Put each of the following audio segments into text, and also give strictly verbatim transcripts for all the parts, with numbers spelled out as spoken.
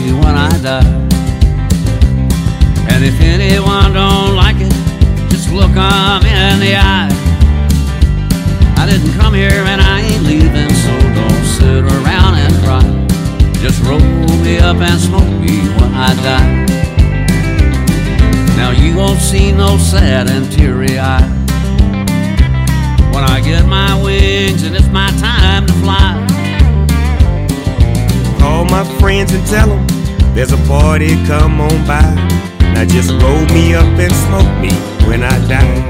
me when I die. And if anyone don't like it, just look 'em in the eye. I didn't come here and I ain't leaving, so don't sit around and cry. Just roll me up and smoke me when I die. Now you won't see no sad and teary eye when I get my wings and it's my time to fly. Call my friends and tell them there's a party, come on by. Now just roll me up and smoke me when I die.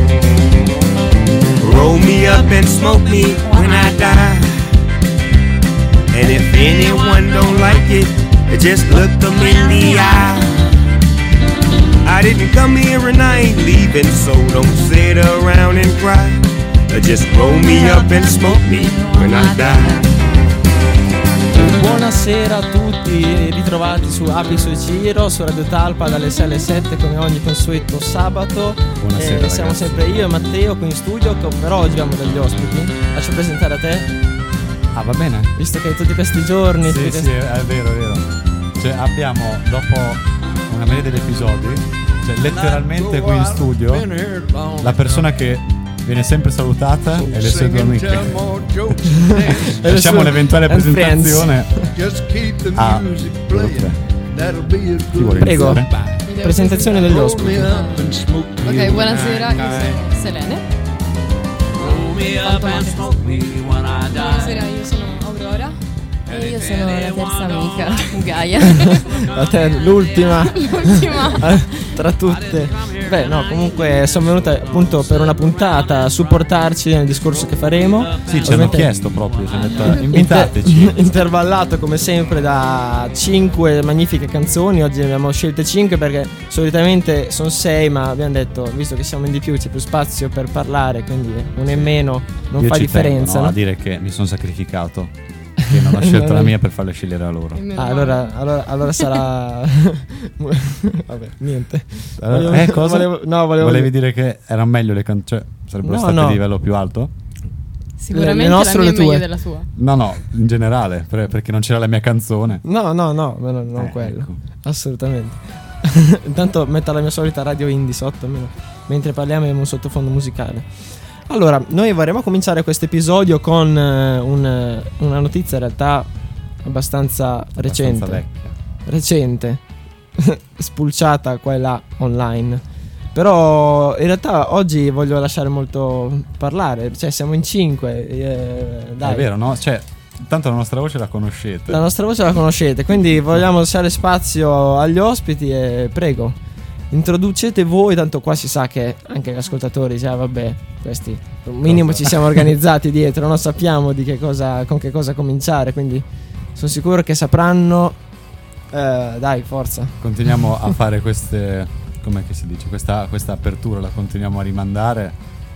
Roll me up and smoke me when I die. And if anyone don't like it, just look them in the eye. I didn't come here and I ain't leaving, so don't sit around and cry. Just roll me up and smoke me when I die. Buonasera a tutti, ritrovati su Apice e Ciro, su Radio Talpa dalle sei alle sette come ogni consueto sabato. Buonasera, eh, siamo sempre io e Matteo qui in studio, che però oggi abbiamo degli ospiti. Faccio presentare a te. Ah, va bene? Visto che tutti questi giorni... Sì, tutti sì, questi... è vero, è vero. Cioè abbiamo, dopo una media degli episodi, cioè letteralmente qui in studio, la persona che viene sempre salutata e le sue due amiche. Lasciamo l'eventuale presentazione a loro tre. Chi vuole Prego, iniziare? presentazione degli ospiti. Ok, buonasera, io sono Selene. Buonasera, io sono Aurora. E io sono la terza amica, Gaia. La te- l'ultima. L'ultima. Tra tutte. Beh, no, comunque sono venute appunto per una puntata a supportarci nel discorso che faremo. Sì, ci hanno Ovviamente chiesto proprio, ci hanno detto, invitateci. Inter- intervallato come sempre da cinque magnifiche canzoni. Oggi ne abbiamo scelte cinque perché solitamente sono sei, ma abbiamo detto, visto che siamo in di più, c'è più spazio per parlare, quindi uno in meno non Io fa ci differenza, tengo, no, no? a dire che mi sono sacrificato, che non ho scelto la mia per farle scegliere a loro. Ah, allora, allora, allora sarà. Vabbè, niente. Allora, Volevo- eh, cosa? volevo- no, volevo Volevi dire che erano meglio le canzoni, cioè sarebbero No, state no. di livello più alto? Sicuramente Le la nostre o mia le è meglio tue? della tua. No, no, in generale, per- perché non c'era la mia canzone. No, no, no, ma non, non Eh, quello. ecco. Assolutamente. Intanto metto la mia solita radio indie sotto, almeno, mentre parliamo abbiamo un sottofondo musicale. Allora, noi vorremmo cominciare questo episodio con eh, un, eh, una notizia in realtà abbastanza recente. Abbastanza vecchia. Recente. Spulciata qua e là online. Però in realtà oggi voglio lasciare molto parlare. Cioè siamo in cinque, eh, dai. È vero, no? Cioè, tanto la nostra voce la conoscete. La nostra voce la conoscete, quindi vogliamo lasciare spazio agli ospiti e prego, introducete voi, tanto qua si sa che anche gli ascoltatori, cioè vabbè, questi un minimo Cosa? ci siamo organizzati dietro, non sappiamo di che cosa, con che cosa cominciare, quindi sono sicuro che sapranno. Eh, dai, forza. Continuiamo a fare queste, com'è che si dice, questa, questa apertura la continuiamo a rimandare.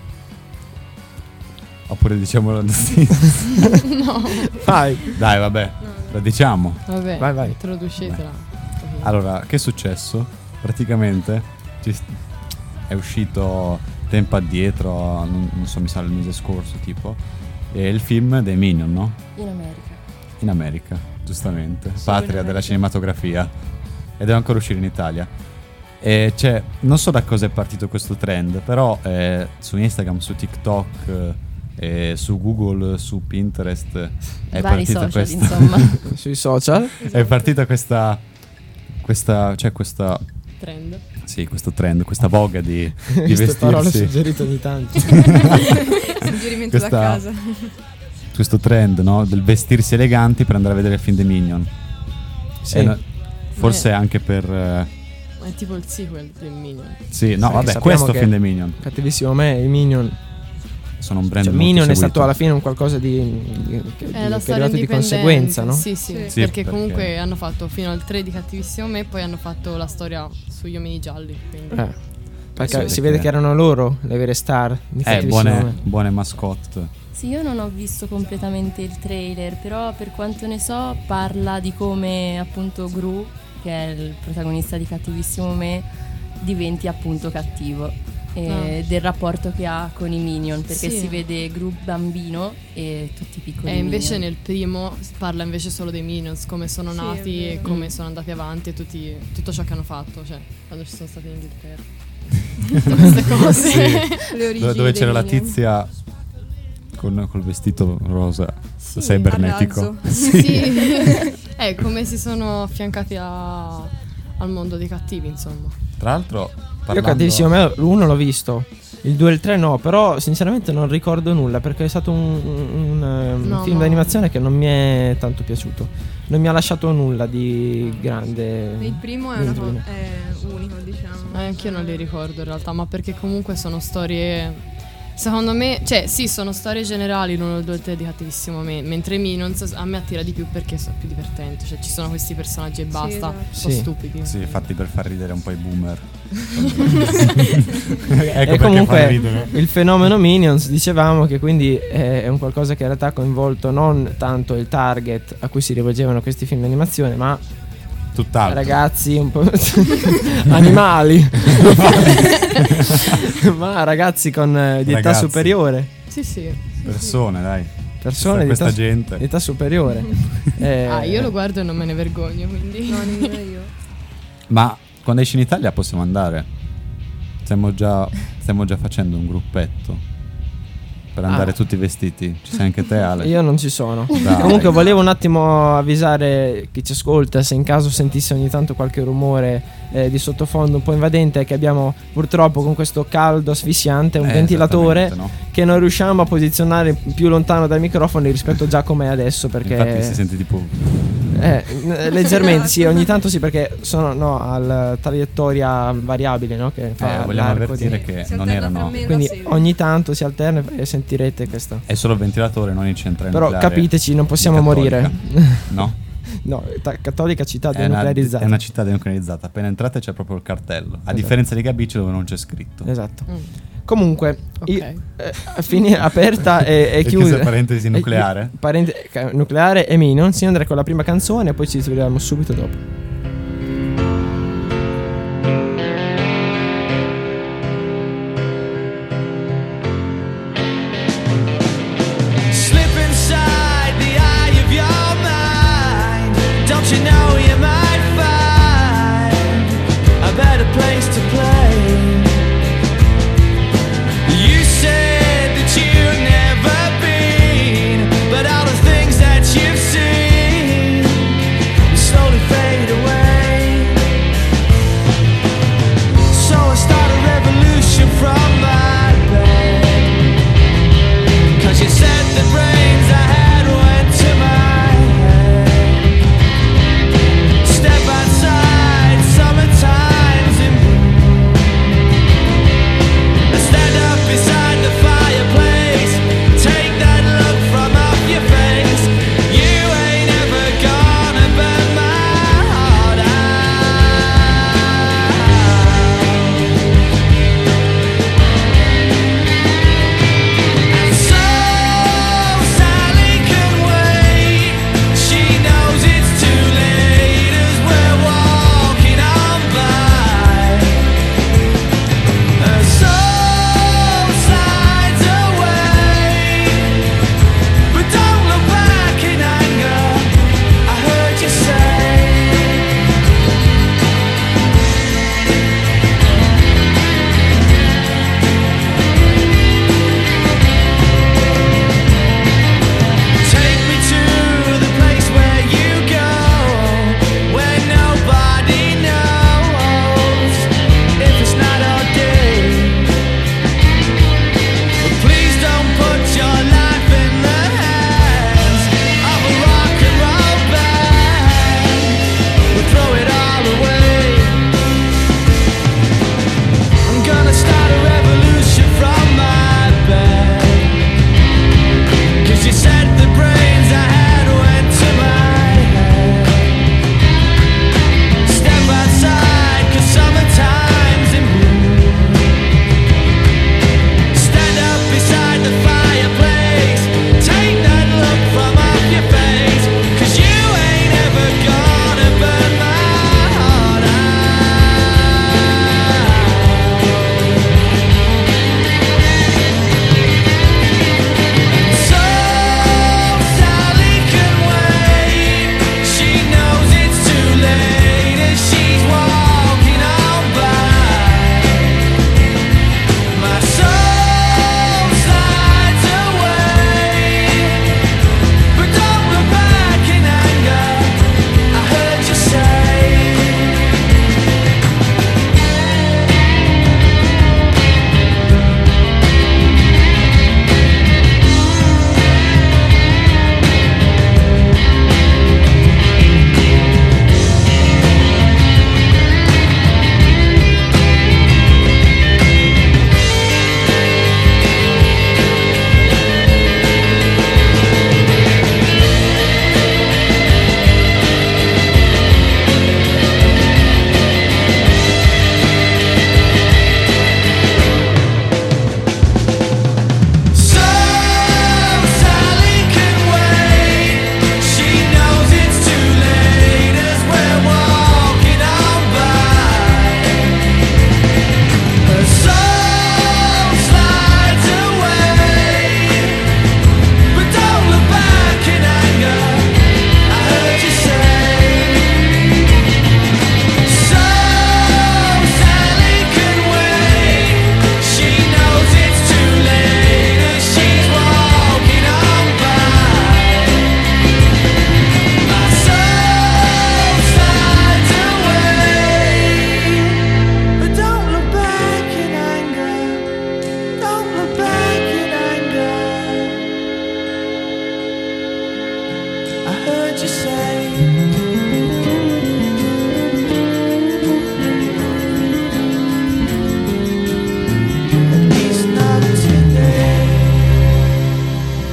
Oppure diciamolo sì. No, Vai, Dai, vabbè, la diciamo. vabbè, vai, vai. introducetela. Allora, che è successo? Praticamente ci st- è uscito tempo addietro, non, non so, mi sa il mese scorso tipo, è il film dei Minion, no? In America. In America, giustamente, Solo in patria America. della cinematografia, e deve ancora uscire in Italia. E c'è, non so da cosa è partito questo trend, però eh, su Instagram, su TikTok, eh, su Google, su Pinterest è Vari partita social, questa insomma. Sui social. è partita questa questa cioè questa Trend. sì, questo trend, questa voga di, di Queste parole vestirsi, suggerite ogni tanto. Suggerimento da Questa- casa. questo trend, no, del vestirsi eleganti per andare a vedere il film dei Minion. Sì. E no- forse Eh. anche per eh, È tipo il sequel del Minion. sì, no, Perché vabbè, sappiamo questo che- film dei Minion Cattivissimo me, i Minion. sono un brand Cioè, molto Minion è seguito. stato alla fine un qualcosa di, di, che, È la che è storia arrivato di indipendente. conseguenza, no? Sì, sì, Sì, perché, perché- comunque hanno fatto fino al tre di Cattivissimo Me, poi hanno fatto la storia sugli omini gialli. Quindi. Eh, perché Sì, si perché- vede che erano loro le vere star di eh, Cattivissimo buone, Me. buone mascotte. Sì, io non ho visto completamente il trailer, però per quanto ne so parla di come appunto Gru, che è il protagonista di Cattivissimo Me, diventi appunto cattivo. e Ah. del rapporto che ha con i Minion, perché Sì. si vede Gru bambino e tutti i piccoli E invece Minion. nel primo parla invece solo dei Minions, come sono Sì, è nati e vero. come sono andati avanti e tutti, tutto ciò che hanno fatto, cioè quando ci sono stati in Inghilterra. Tutte queste cose. Sì. Le origini Dove, dove dei c'era la Minion. tizia con col vestito rosa Sì, cibernetico. a razzo. Sì. È come si sono affiancati a- al mondo dei cattivi, insomma. Tra l'altro, Io parlando... cattivissimo, me l'uno l'ho visto, il due e il tre no, però sinceramente non ricordo nulla perché è stato un, un- un No, film ma- d'animazione che non mi è tanto piaciuto, non mi ha lasciato nulla di grande. Il primo è, una co- dentro di me. è unico, diciamo. Eh, anch'io non li ricordo in realtà, ma perché comunque sono storie. Secondo me, cioè, sì, sono storie generali l'uno, il due e il tre di cattivissimo me, mentre Minions a me attira di più perché sono più divertenti, cioè ci sono questi personaggi e basta, esatto. un po' Sì. stupidi. Sì, fatti per far ridere un po' i boomer. ecco E perché comunque fa ridere. il fenomeno Minions dicevamo che quindi è un qualcosa che in realtà ha coinvolto non tanto il target a cui si rivolgevano questi film d'animazione, ma Tutt'altro. ragazzi un po' animali, ma ragazzi con eh, di età Ragazzi. superiore, Sì, sì. Persone, dai. persone di questa età, gente. di età superiore. Eh, Ah, io lo guardo e non me ne vergogno, quindi. No, nemmeno io. Ma quando esci in Italia possiamo andare? Stiamo già, stiamo già facendo un gruppetto per andare Ah. tutti vestiti. Ci sei anche te, Ale? Io non ci sono. Dai. Comunque volevo un attimo avvisare chi ci ascolta, se in caso sentisse ogni tanto qualche rumore eh, di sottofondo un po' invadente, che abbiamo purtroppo con questo caldo asfissiante un Eh, ventilatore esattamente, no? che non riusciamo a posizionare più lontano dai microfoni rispetto già com'è adesso, perché Infatti si sente tipo... eh, n- leggermente sì, ogni tanto sì, perché sono no, al traiettoria variabile, no, che fa Eh, vogliamo l'arco di- avvertire che Si non alterna tra erano... me e la quindi sede. ogni tanto si alterna e sentirete questa. È solo il ventilatore, non il centrale Però nucleare capiteci, non possiamo di morire. Cattolica. No? No, ta- cattolica città È una, denuclearizzata. è una città denuclearizzata. Appena entrate c'è proprio il cartello. A differenza di Gabice dove non c'è scritto. Esatto. Mm. Comunque, Ok. io- eh, a fine aperta e, e Perché chiusa. se parentesi e- nucleare? parente- ca- nucleare e Minions. Io andrei con la prima canzone e poi ci vediamo subito dopo. Slip inside the eye of your mind. Don't you know you might find a better place to play? You said that you've never been, but all the things that you've seen slowly fade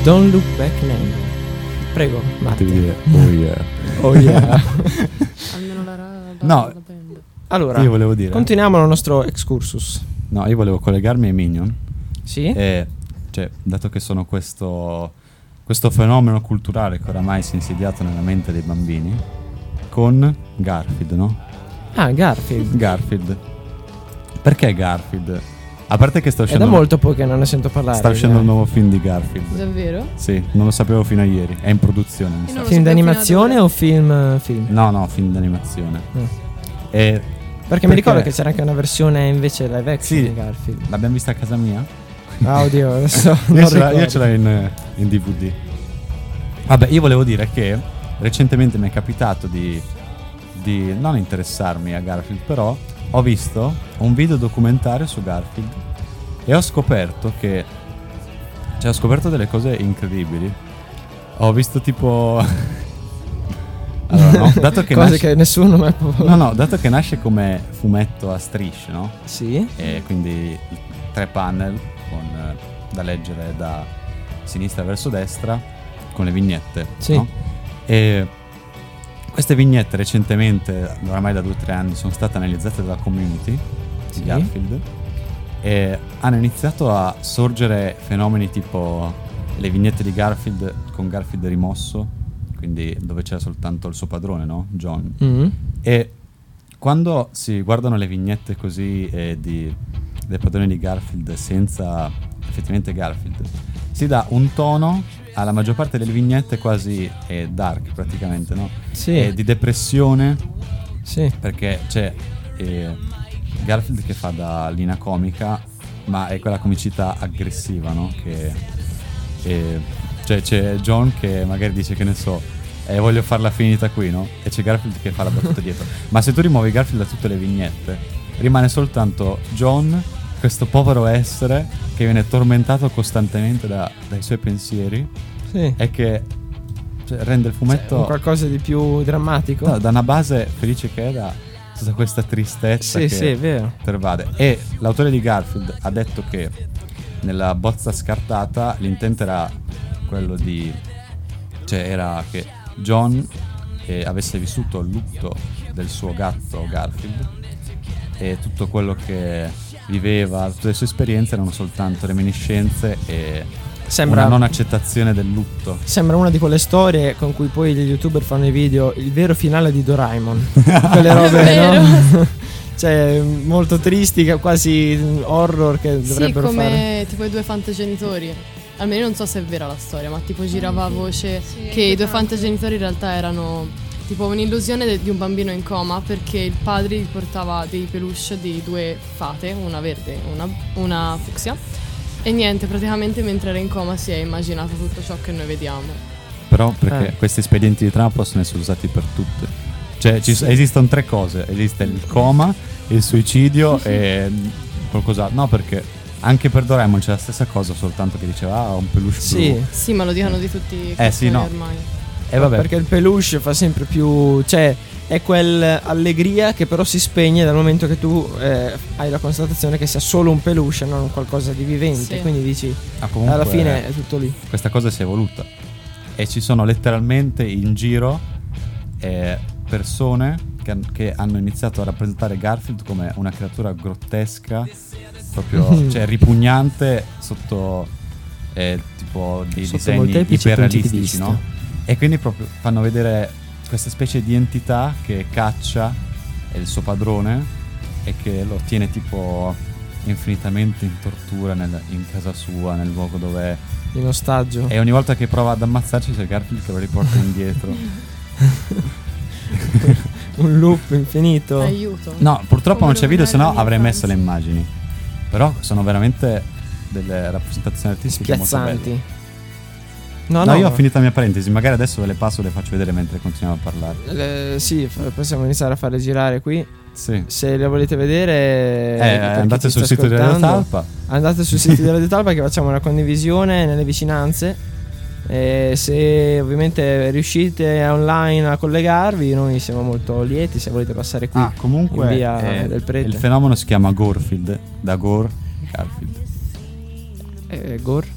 Don't Look Back in Anger. Prego, Matti. Devi dire, oh yeah. Oh yeah. Almeno la, ra- la, No. la band. Allora, Io volevo dire, continuiamo il nostro excursus. no, io volevo collegarmi ai Minion. Sì? E cioè, dato che sono questo, questo fenomeno culturale che oramai si è insediato nella mente dei bambini, con Garfield, no? Ah, Garfield. Garfield. Perché Garfield? A parte che sta È uscendo, da molto poi che non ne sento parlare. sta uscendo il Garfield. nuovo film di Garfield. Davvero? Sì, non lo sapevo fino a ieri. È in produzione, mi Io sa. non lo Film sapevo fino ad d'animazione ora. o film film? No, no, film d'animazione. Mm. E Perché, mi ricordo che c'era anche una versione invece live action Sì. di Garfield. l'abbiamo vista a casa mia? Ah, oddio, adesso Io non ce, l'ho, ricordo. io ce l'ho in, in D V D. Vabbè, io volevo dire che recentemente mi è capitato di, di non interessarmi a Garfield, però ho visto un video documentario su Garfield e ho scoperto che, cioè ho scoperto delle cose incredibili. Ho visto tipo allora, no, dato che Cose nasce, che nessuno mai può... no, no, dato che nasce come fumetto a strisce, no? Sì? E quindi tre panel con, eh, da leggere da sinistra verso destra con le vignette, Sì. no? E queste vignette recentemente, oramai da due o tre anni, sono state analizzate dalla community di Sì. Garfield e hanno iniziato a sorgere fenomeni tipo le vignette di Garfield con Garfield rimosso, quindi dove c'era soltanto il suo padrone, no? John. Mm. E quando si guardano le vignette così eh, di, del padrone di Garfield senza effettivamente Garfield, si dà un tono alla maggior parte delle vignette quasi eh, dark praticamente, no? Sì. Eh, di depressione, Sì. perché c'è eh, Garfield che fa da linea comica, ma è quella comicità aggressiva, no? Che eh, cioè c'è John che magari dice, che ne so, eh, voglio farla finita qui, no? E c'è Garfield che fa la battuta dietro. Ma se tu rimuovi Garfield da tutte le vignette, rimane soltanto John, questo povero essere che viene tormentato costantemente da- dai suoi pensieri Sì. e che cioè, rende il fumetto Un qualcosa di più drammatico. no, da una base felice che è, da tutta questa tristezza Sì, che sì, è vero. pervade. E l'autore di Garfield ha detto che nella bozza scartata l'intento era quello di, cioè era che John eh, avesse vissuto il lutto del suo gatto Garfield e tutto quello che viveva, tutte le sue esperienze erano soltanto reminiscenze e Sembra, una non accettazione del lutto. sembra una di quelle storie con cui poi gli youtuber fanno i video, il vero finale di Doraemon. Quelle robe, Vero. no? Cioè, molto tristi, che quasi horror che Sì, dovrebbero come fare. tipo i due fantagenitori. Almeno io non so se è vera la storia, ma tipo girava a voce Sì, che i due esatto. fantagenitori in realtà erano tipo un'illusione de- di un bambino in coma, perché il padre gli portava dei peluche di due fate, una verde e una, una fucsia. E niente, praticamente mentre era in coma si è immaginato tutto ciò che noi vediamo. Però perché Eh. questi espedienti di trama possono essere usati per tutte. Cioè ci so- esistono tre cose. Esiste il coma, il suicidio e qualcos'altro. No, perché anche per Doraemon c'è la stessa cosa, soltanto che diceva ah, un peluche Sì. blu. Sì, ma lo dicono di tutti i Eh, sì, cartoni no. ormai. E vabbè, Perché il peluche fa sempre più, cioè è quell'allegria che però si spegne dal momento che tu eh, hai la constatazione che sia solo un peluche, non qualcosa di vivente. Sì. Quindi dici, ah, comunque alla fine è tutto lì. questa cosa si è evoluta. E ci sono letteralmente in giro eh, persone che, han- che hanno iniziato a rappresentare Garfield come una creatura grottesca, proprio cioè ripugnante sotto eh, tipo dei Sotto disegni molteplici punti di iperrealistici, vista. no? E quindi proprio fanno vedere questa specie di entità che caccia il suo padrone e che lo tiene tipo infinitamente in tortura nel- in casa sua, nel luogo dove è. In ostaggio. E ogni volta che prova ad ammazzarci c'è Garfield che lo riporta indietro. Un loop infinito. Aiuto. No, purtroppo Come non c'è video, rovinare sennò la mia avrei messo le infanzia. immagini. Però sono veramente delle rappresentazioni artistiche molto Spiazzanti. belle. No, No, no, io ho finito la mia parentesi, magari adesso ve le passo e le faccio vedere mentre continuiamo a parlare. Eh, sì, f- possiamo iniziare a farle girare qui. Sì. Se le volete vedere, Eh, per chi andate ci sul sta sito di Radio ascoltando, Talpa. Andate sul sito di Radio Talpa che facciamo una condivisione nelle vicinanze. E se ovviamente riuscite online a collegarvi, noi siamo molto lieti. Se volete passare qui Ah, comunque in via eh, del Prete, il fenomeno si chiama Gorfield, da Gore Garfield. eh, Gore.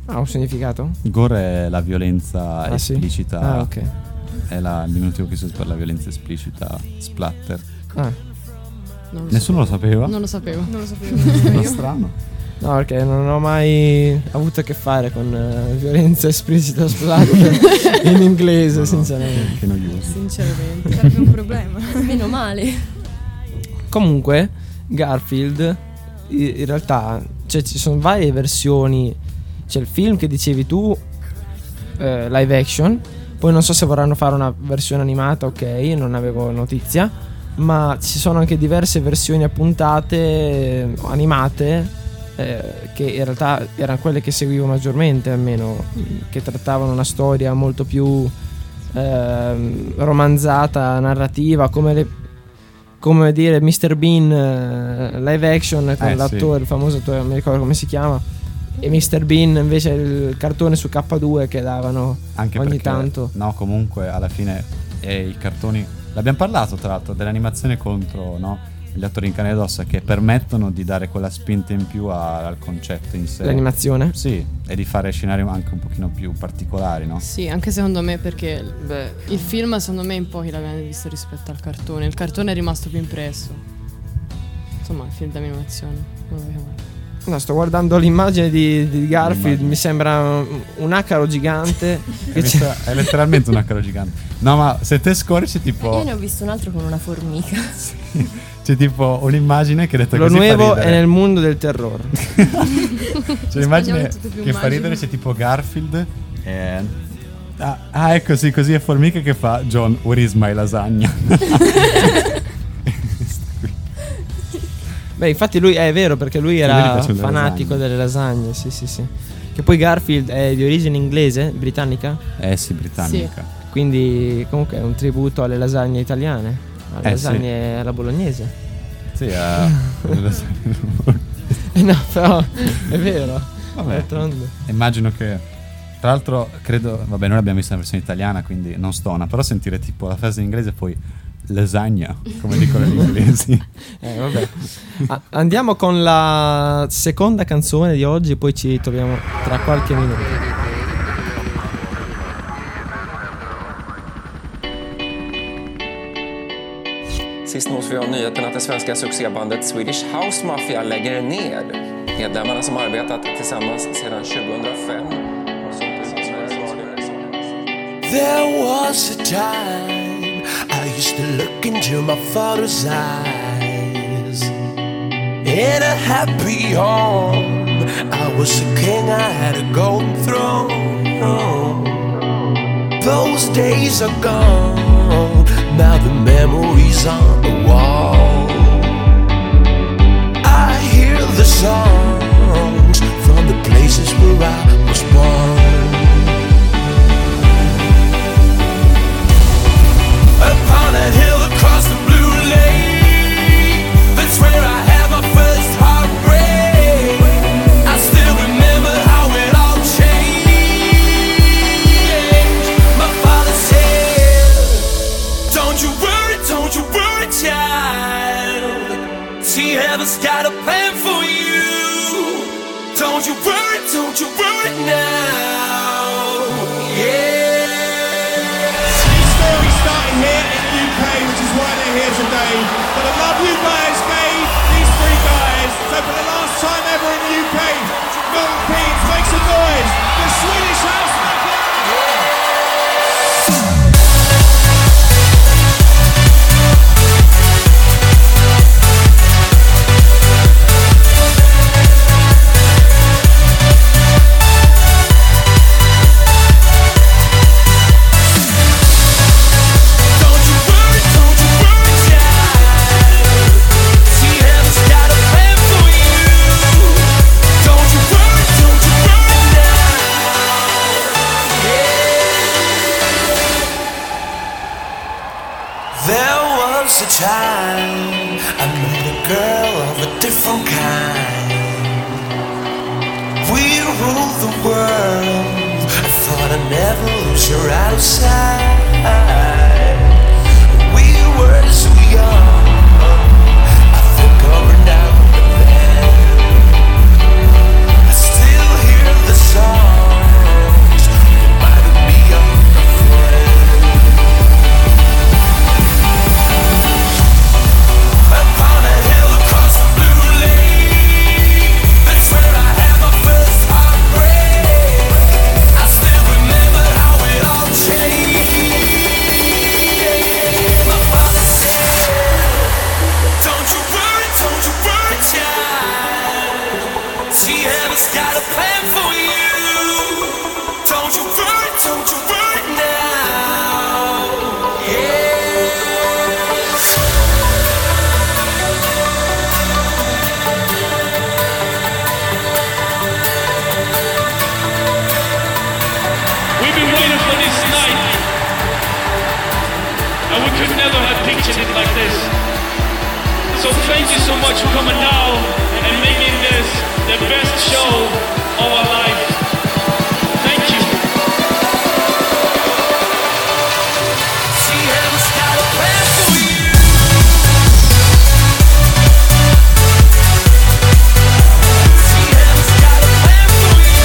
Ha un significato? Gore è la violenza Ah, sì? esplicita. Ah, ok. È la, il diminutivo che si usa per la violenza esplicita, splatter. Ah. Non lo Nessuno lo sapevo. sapeva? Non lo sapevo. Non lo sapevo. Ma strano. No, perché non ho mai avuto a che fare con uh, violenza esplicita splatter in inglese, No, no, sinceramente. Che noioso. Sinceramente. Sarebbe un problema. Meno male. Comunque, Garfield, i- in realtà, cioè, ci sono varie versioni. C'è il film che dicevi tu, eh, live action. Poi non so se vorranno fare una versione animata, ok, non avevo notizia. Ma ci sono anche diverse versioni a puntate eh, animate. Eh, che in realtà erano quelle che seguivo maggiormente, almeno, che trattavano una storia molto più ehm, romanzata, narrativa, come le, come dire mister Bean eh, live action con Eh, l'attore, sì. il famoso attore, non mi ricordo come si chiama, e mister Bean invece il cartone su K due che davano Anche ogni perché, tanto. no, comunque alla fine eh, i cartoni. L'abbiamo parlato tra l'altro dell'animazione contro, no? Gli attori in carne ed ossa che permettono di dare quella spinta in più a- al concetto in sé. L'animazione? Sì, e di fare scenari anche un pochino più particolari, no? Sì, anche secondo me, perché beh, il film secondo me in pochi l'abbiamo visto rispetto al cartone. Il cartone è rimasto più impresso. Insomma, il film d'animazione. Non lo voglio chiamare. No, sto guardando l'immagine di, di Garfield, L'immagine. mi sembra un, un acaro gigante. Hai che visto? c'è- È letteralmente una caro gigante. No, ma se te scorri c'è Io tipo. ne ho visto un altro con una formica. C'è tipo un'immagine che detta Lo così fa nuovo ridere. è nel mondo del terrore. C'è l'immagine tutte più che fa immagini. ridere, c'è tipo Garfield. E... Ah, ah, ecco sì, così è Formica che fa John, where is my lasagna? Beh, infatti lui è vero perché lui lui gli era piacciono le fanatico lasagne. delle lasagne, sì, sì, sì. Che poi Garfield è di origine inglese, britannica, Eh sì, britannica. quindi comunque è un tributo alle lasagne italiane, alle Eh, sì. lasagne alla bolognese. Sì, eh, le lasagne. Eh no, però è vero. Vabbè. D'altronde. Immagino che, tra l'altro, credo, vabbè, noi l'abbiamo vista in versione italiana, quindi non stona, però sentire tipo la frase in inglese e poi lasagna, come dicono gli inglesi. Eh, vabbè. Ah, andiamo con la seconda canzone di oggi, poi ci troviamo tra qualche minuto. Sist nås vi av nyheten att det svenska succébandet Swedish House Mafia lägger ner. Medlemmarna som arbetat tillsammans sedan tjugohundrafem. There was a time I used to look into my father's eyes. In a happy home, I was a king, I had a golden throne. Those days are gone, now the memories on the wall. I hear the songs from the places where I was born. Upon a hill across the blue lake, that's where I had my first heartbreak. I still remember how it all changed. My father said, don't you worry, don't you worry, child. See, heaven's got a plan for you. Don't you worry, don't you worry now. Yeah. Story starting here in the U K, which is why they're here today. But the love you guys gave these three guys. So for the last time ever in the U K, Milton Keynes, make some noise. The Swedish House Mafia. Don't you worry, don't you worry, child. See, heaven's got a plan for you. Don't you worry, don't you worry now. Yeah. There was a time I met a girl of a different kind. We ruled the world. I thought I'd never lose her outside. We were so young. I think of her now and then. I still hear the song thank you so much for coming down and making this the best show of our life. Thank you. She has got a plan for you. She has got a plan for you.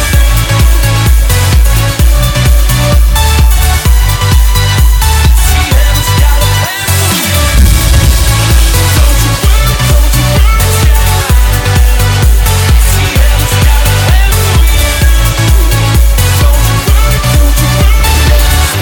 She has got a plan for you. Don't you worry, don't you worry, child. She has got a plan for you. Don't you worry, don't you worry,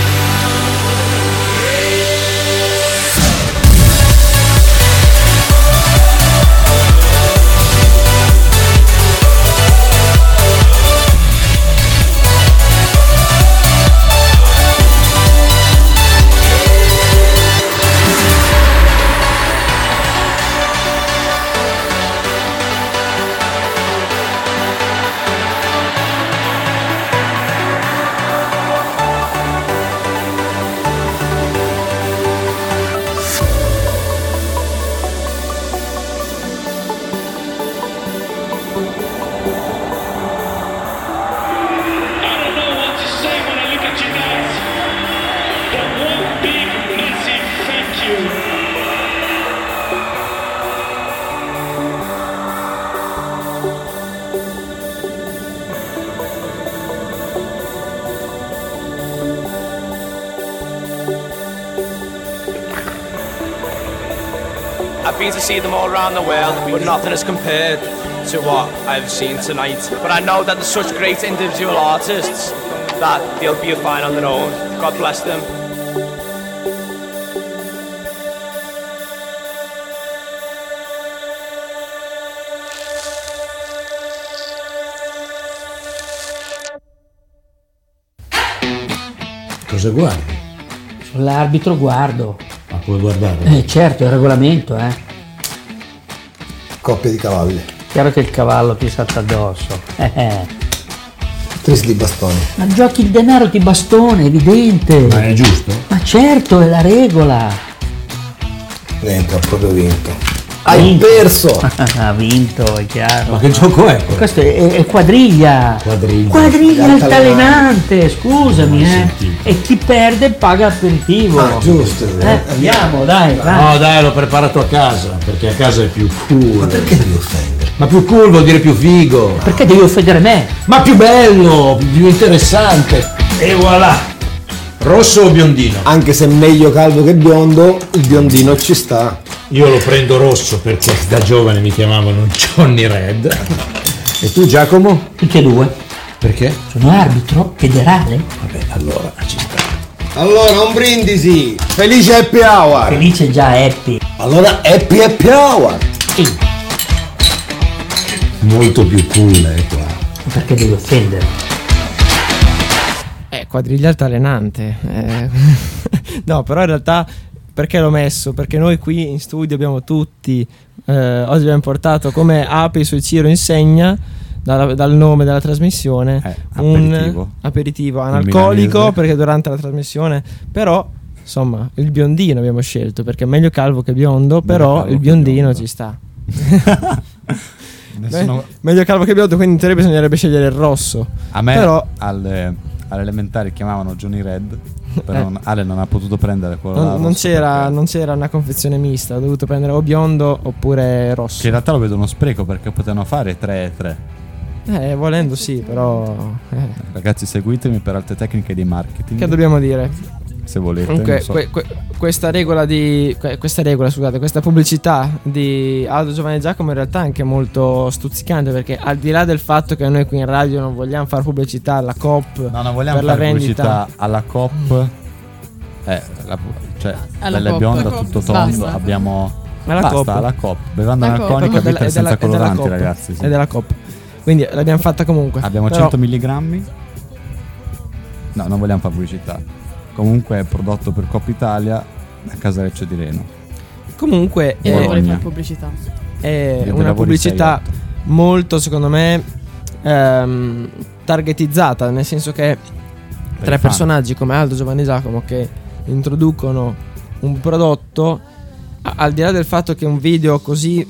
I don't know what to say when I look at you guys. But one big, massive thank you. I've been to see them all around the world, but nothing is compared to what I've seen tonight. But I know that they're such great individual artists that they'll be fine on their own. God bless them. Cosa guardi? Sull'arbitro guardo. Ma puoi guardare? Eh, certo, è il regolamento, eh. Coppia di cavalli. Chiaro che il cavallo ti salta addosso. Eh, eh. Tris di bastoni. Ma giochi il denaro ti bastone, è evidente. Ma è giusto? Ma certo, è la regola. Niente, ho proprio vinto. Ha Hai vinto. perso! Ha vinto, è chiaro. Ma che gioco è quello? Questo è, è quadriglia. Quadriglia. Quadriglia Altalenante. altalenante, scusami, Non ho eh. sentito. E chi perde paga l'aperitivo. Ah, giusto. Eh, andiamo, dai, vai. No dai, l'ho preparato a casa, perché a casa è più cool. Ma perché devi offendere? Ma più cool vuol dire più figo. Perché devi offendere me? Ma più bello, più interessante. E voilà. Rosso o biondino? Anche se è meglio calvo che biondo, il biondino ci sta. Io lo prendo rosso perché da giovane mi chiamavano Johnny Red. E tu Giacomo? Tutti e due. Perché? Sono arbitro federale. Vabbè, allora ci sta. Allora, un brindisi. Felice Happy Hour. Felice già Happy. Allora, Happy Happy Hour. Ehi, Molto più cool è qua. perché devi offendere? Eh, quadriglia altalenante. Eh. No, però in realtà perché l'ho messo? Perché noi qui in studio abbiamo tutti, eh, oggi abbiamo portato come api su Ciro insegna, dal, dal nome della trasmissione, Eh, un aperitivo. aperitivo Un analcolico, milanese. perché durante la trasmissione, però, insomma, il biondino abbiamo scelto, perché è meglio calvo che biondo, però calvo il che biondino biondo. ci sta. Nessuno- Me- meglio calvo che biondo, quindi in teoria bisognerebbe scegliere il rosso. A me Però alle, alle elementari chiamavano Johnny Red, però Eh. non- Ale non ha potuto prendere quello là non, non rosso c'era, perché- non c'era una confezione mista, ho dovuto prendere o biondo oppure rosso. Che in realtà lo vedo uno spreco perché potevano fare tre e tre. Eh, volendo sì, però eh, Ragazzi, seguitemi per altre tecniche di marketing. che dobbiamo dire? Se volete. Comunque, non so. que- que- questa regola di que- questa regola, scusate, questa pubblicità di Aldo Giovanni Giacomo in realtà è anche molto stuzzicante, perché al di là del fatto che noi qui in radio non vogliamo fare pubblicità alla Coop, No, non vogliamo per la fare vendita, pubblicità alla Coop. Eh, la, cioè, Alla bella e Coop. bionda, La Coop, tutto tondo. basta. Abbiamo. Alla basta, Coop. alla Coop. Bevanda La Coop. analconica, Proprio vita della- senza è della- è della coloranti, Coop. ragazzi. sì. è della Coop. Quindi l'abbiamo fatta comunque. Abbiamo Però- cento milligrammi. No, non vogliamo fare pubblicità. Comunque è prodotto per Coop Italia a Casareccio di Reno. Comunque E è, non vorrei Bologna. fare pubblicità. è Io te una lavori pubblicità sei otto. molto, secondo me, ehm, targetizzata, nel senso che Per tre i fan. personaggi come Aldo Giovanni Giacomo che introducono un prodotto, a- al di là del fatto che un video così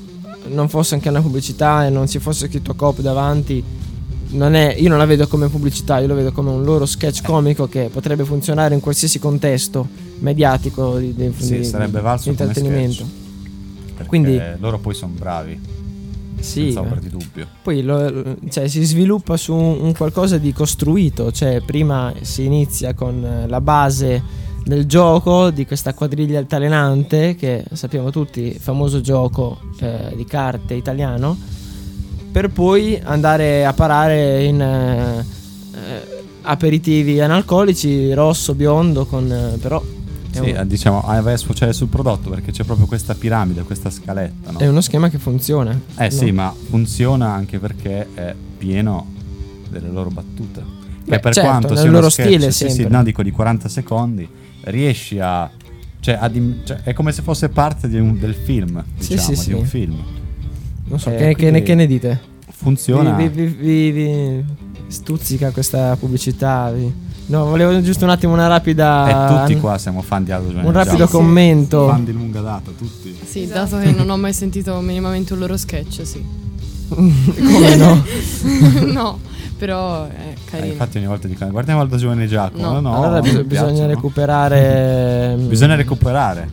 non fosse anche una pubblicità e non ci fosse scritto Coop davanti, non è, io non la vedo come pubblicità, io lo vedo come un loro sketch comico che potrebbe funzionare in qualsiasi contesto mediatico di, di, Sì, di, sarebbe di valso come intrattenimento. Perché Quindi loro poi sono bravi, sì, senza ombra di dubbio. poi lo- cioè, si sviluppa su un, un qualcosa di costruito, cioè prima si inizia con eh, la base del gioco di questa quadriglia altalenante che sappiamo tutti, famoso gioco eh, di carte italiano, per poi andare a parare in eh, eh, aperitivi analcolici rosso, biondo, con eh, però è, Sì, un- eh, diciamo, ah, vai a sfociare sul prodotto perché c'è proprio questa piramide, questa scaletta, no? è uno schema che funziona. Eh sì, No? ma funziona anche perché è pieno delle loro battute. Che Beh, per certo, quanto nel sia uno loro sketch, stile sì, sì, sempre. no, dico di quaranta secondi, riesci a cioè, a dim- cioè, è come se fosse parte di un- del film, Sì, diciamo, sì, di un sì. film. Non so, Eh, che, che quindi ne, che ne dite? Funziona. Vi, vi- vi- vi stuzzica questa pubblicità? vi- No, volevo giusto un attimo una rapida. E tutti qua siamo fan di Aldo Giovanni. Un rapido Giacomo. commento. Fan di lunga data, tutti. Sì, dato che non ho mai sentito minimamente un loro sketch, sì. Come no? No, però è Eh, carino. infatti ogni volta dicono guardiamo Aldo Giovanni Giacomo. No. No, allora non bis- mi bisogna piacciono. recuperare. mm, Bisogna recuperare.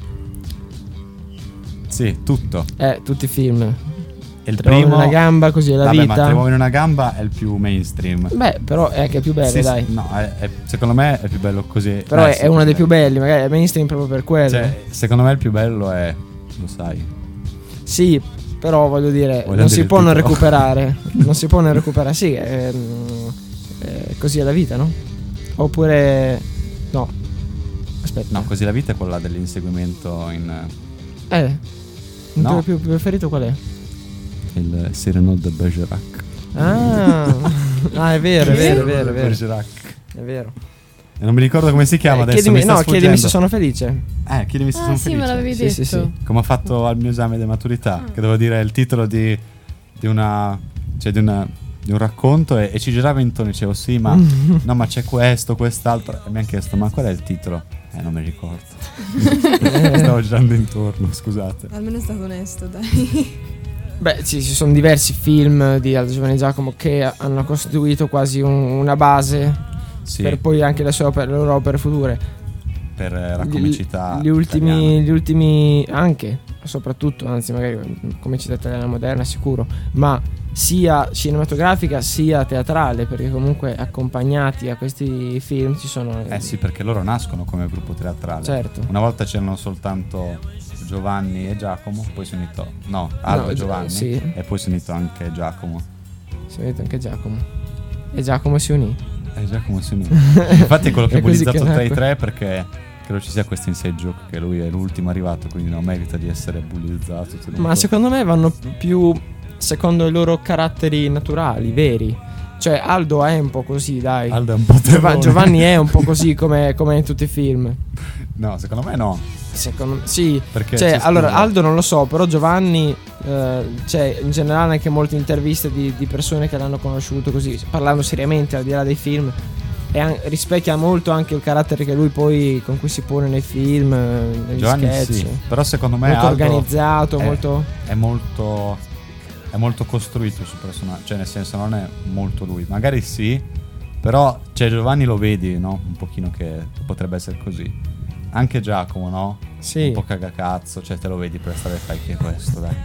Sì, tutto. Eh, tutti i film. E il Tre uomini primo e una gamba, così è la Vabbè, ma vita. Tre uomini e una gamba è il più mainstream. Beh, però è anche più bello, Sì, dai. sì, no, è- è- secondo me è più bello così. Però Eh, è, sì, è uno dei più belli, magari è mainstream proprio per quello. Cioè, secondo me il più bello è, lo sai. Sì, però voglio dire, Vogliamo non dire si il può non titolo? recuperare. Non si può non recuperare. Sì, è, è così è la vita, no? Oppure no. Aspetta. No, così la vita è quella dell'inseguimento in Eh. Il No. tuo più preferito qual è? il Cyrano de Bergerac. Ah, ah, è vero, è vero, è vero, è vero. Bergerac. È vero. E non mi ricordo come si chiama Eh, adesso. chiedimi, mi sta no, chiedimi se sfuggendo. sono felice. Eh, chiedimi se Ah, sono sì, felice. me l'avevi Sì, detto. sì, sì. Come ho fatto al mio esame di maturità, che devo dire il titolo di, di una cioè di una di un racconto e, e ci girava intorno, dicevo sì, ma no, ma c'è questo, quest'altro, e mi hanno chiesto ma qual è il titolo? Eh, non mi ricordo. Stavo girando intorno, scusate. Almeno è stato onesto, dai. Beh, sì, ci sono diversi film di Aldo Giovanni Giacomo che hanno costituito quasi un- una base Sì, per poi anche le sue opere, le loro opere future. per eh, la Gli- comicità Gli ultimi, italiana. gli ultimi anche, soprattutto, anzi magari comicità italiana moderna sicuro, ma sia cinematografica sia teatrale, perché comunque accompagnati a questi film ci sono... Eh sì, perché loro nascono come gruppo teatrale. Certo. Una volta c'erano soltanto Giovanni e Giacomo, poi si unito no, Aldo No, e Giovanni sì. e poi si è unito anche Giacomo. Si vede anche Giacomo. E Giacomo si unì. E Giacomo si unì. Infatti è quello che È ha così bullizzato che tra i nacque. tre, perché credo ci sia questo inside joke che lui è l'ultimo arrivato, quindi non merita di essere bullizzato. tenuto. Ma secondo me vanno più secondo i loro caratteri naturali, veri. Cioè Aldo è un po' così, dai. Aldo è un po' Giova- terrone. Giovanni è un po' così come, come in tutti i film. No, secondo me no. Secondo me sì. Perché Cioè, ci allora, scusa. Aldo non lo so, però Giovanni, eh, cioè, in generale anche molte interviste di, di persone che l'hanno conosciuto così, parlando seriamente al di là dei film, e an- rispecchia molto anche il carattere che lui poi con cui si pone nei film, eh, negli Giovanni sketch. sì, però secondo me molto Aldo organizzato, è, molto... è molto è molto costruito sul personaggio, cioè nel senso non è molto lui, magari sì, però cioè Giovanni lo vedi, no? Un pochino che potrebbe essere così. Anche Giacomo, no? Sì. Un po' cagacazzo, cioè te lo vedi per stare fai che è questo, dai.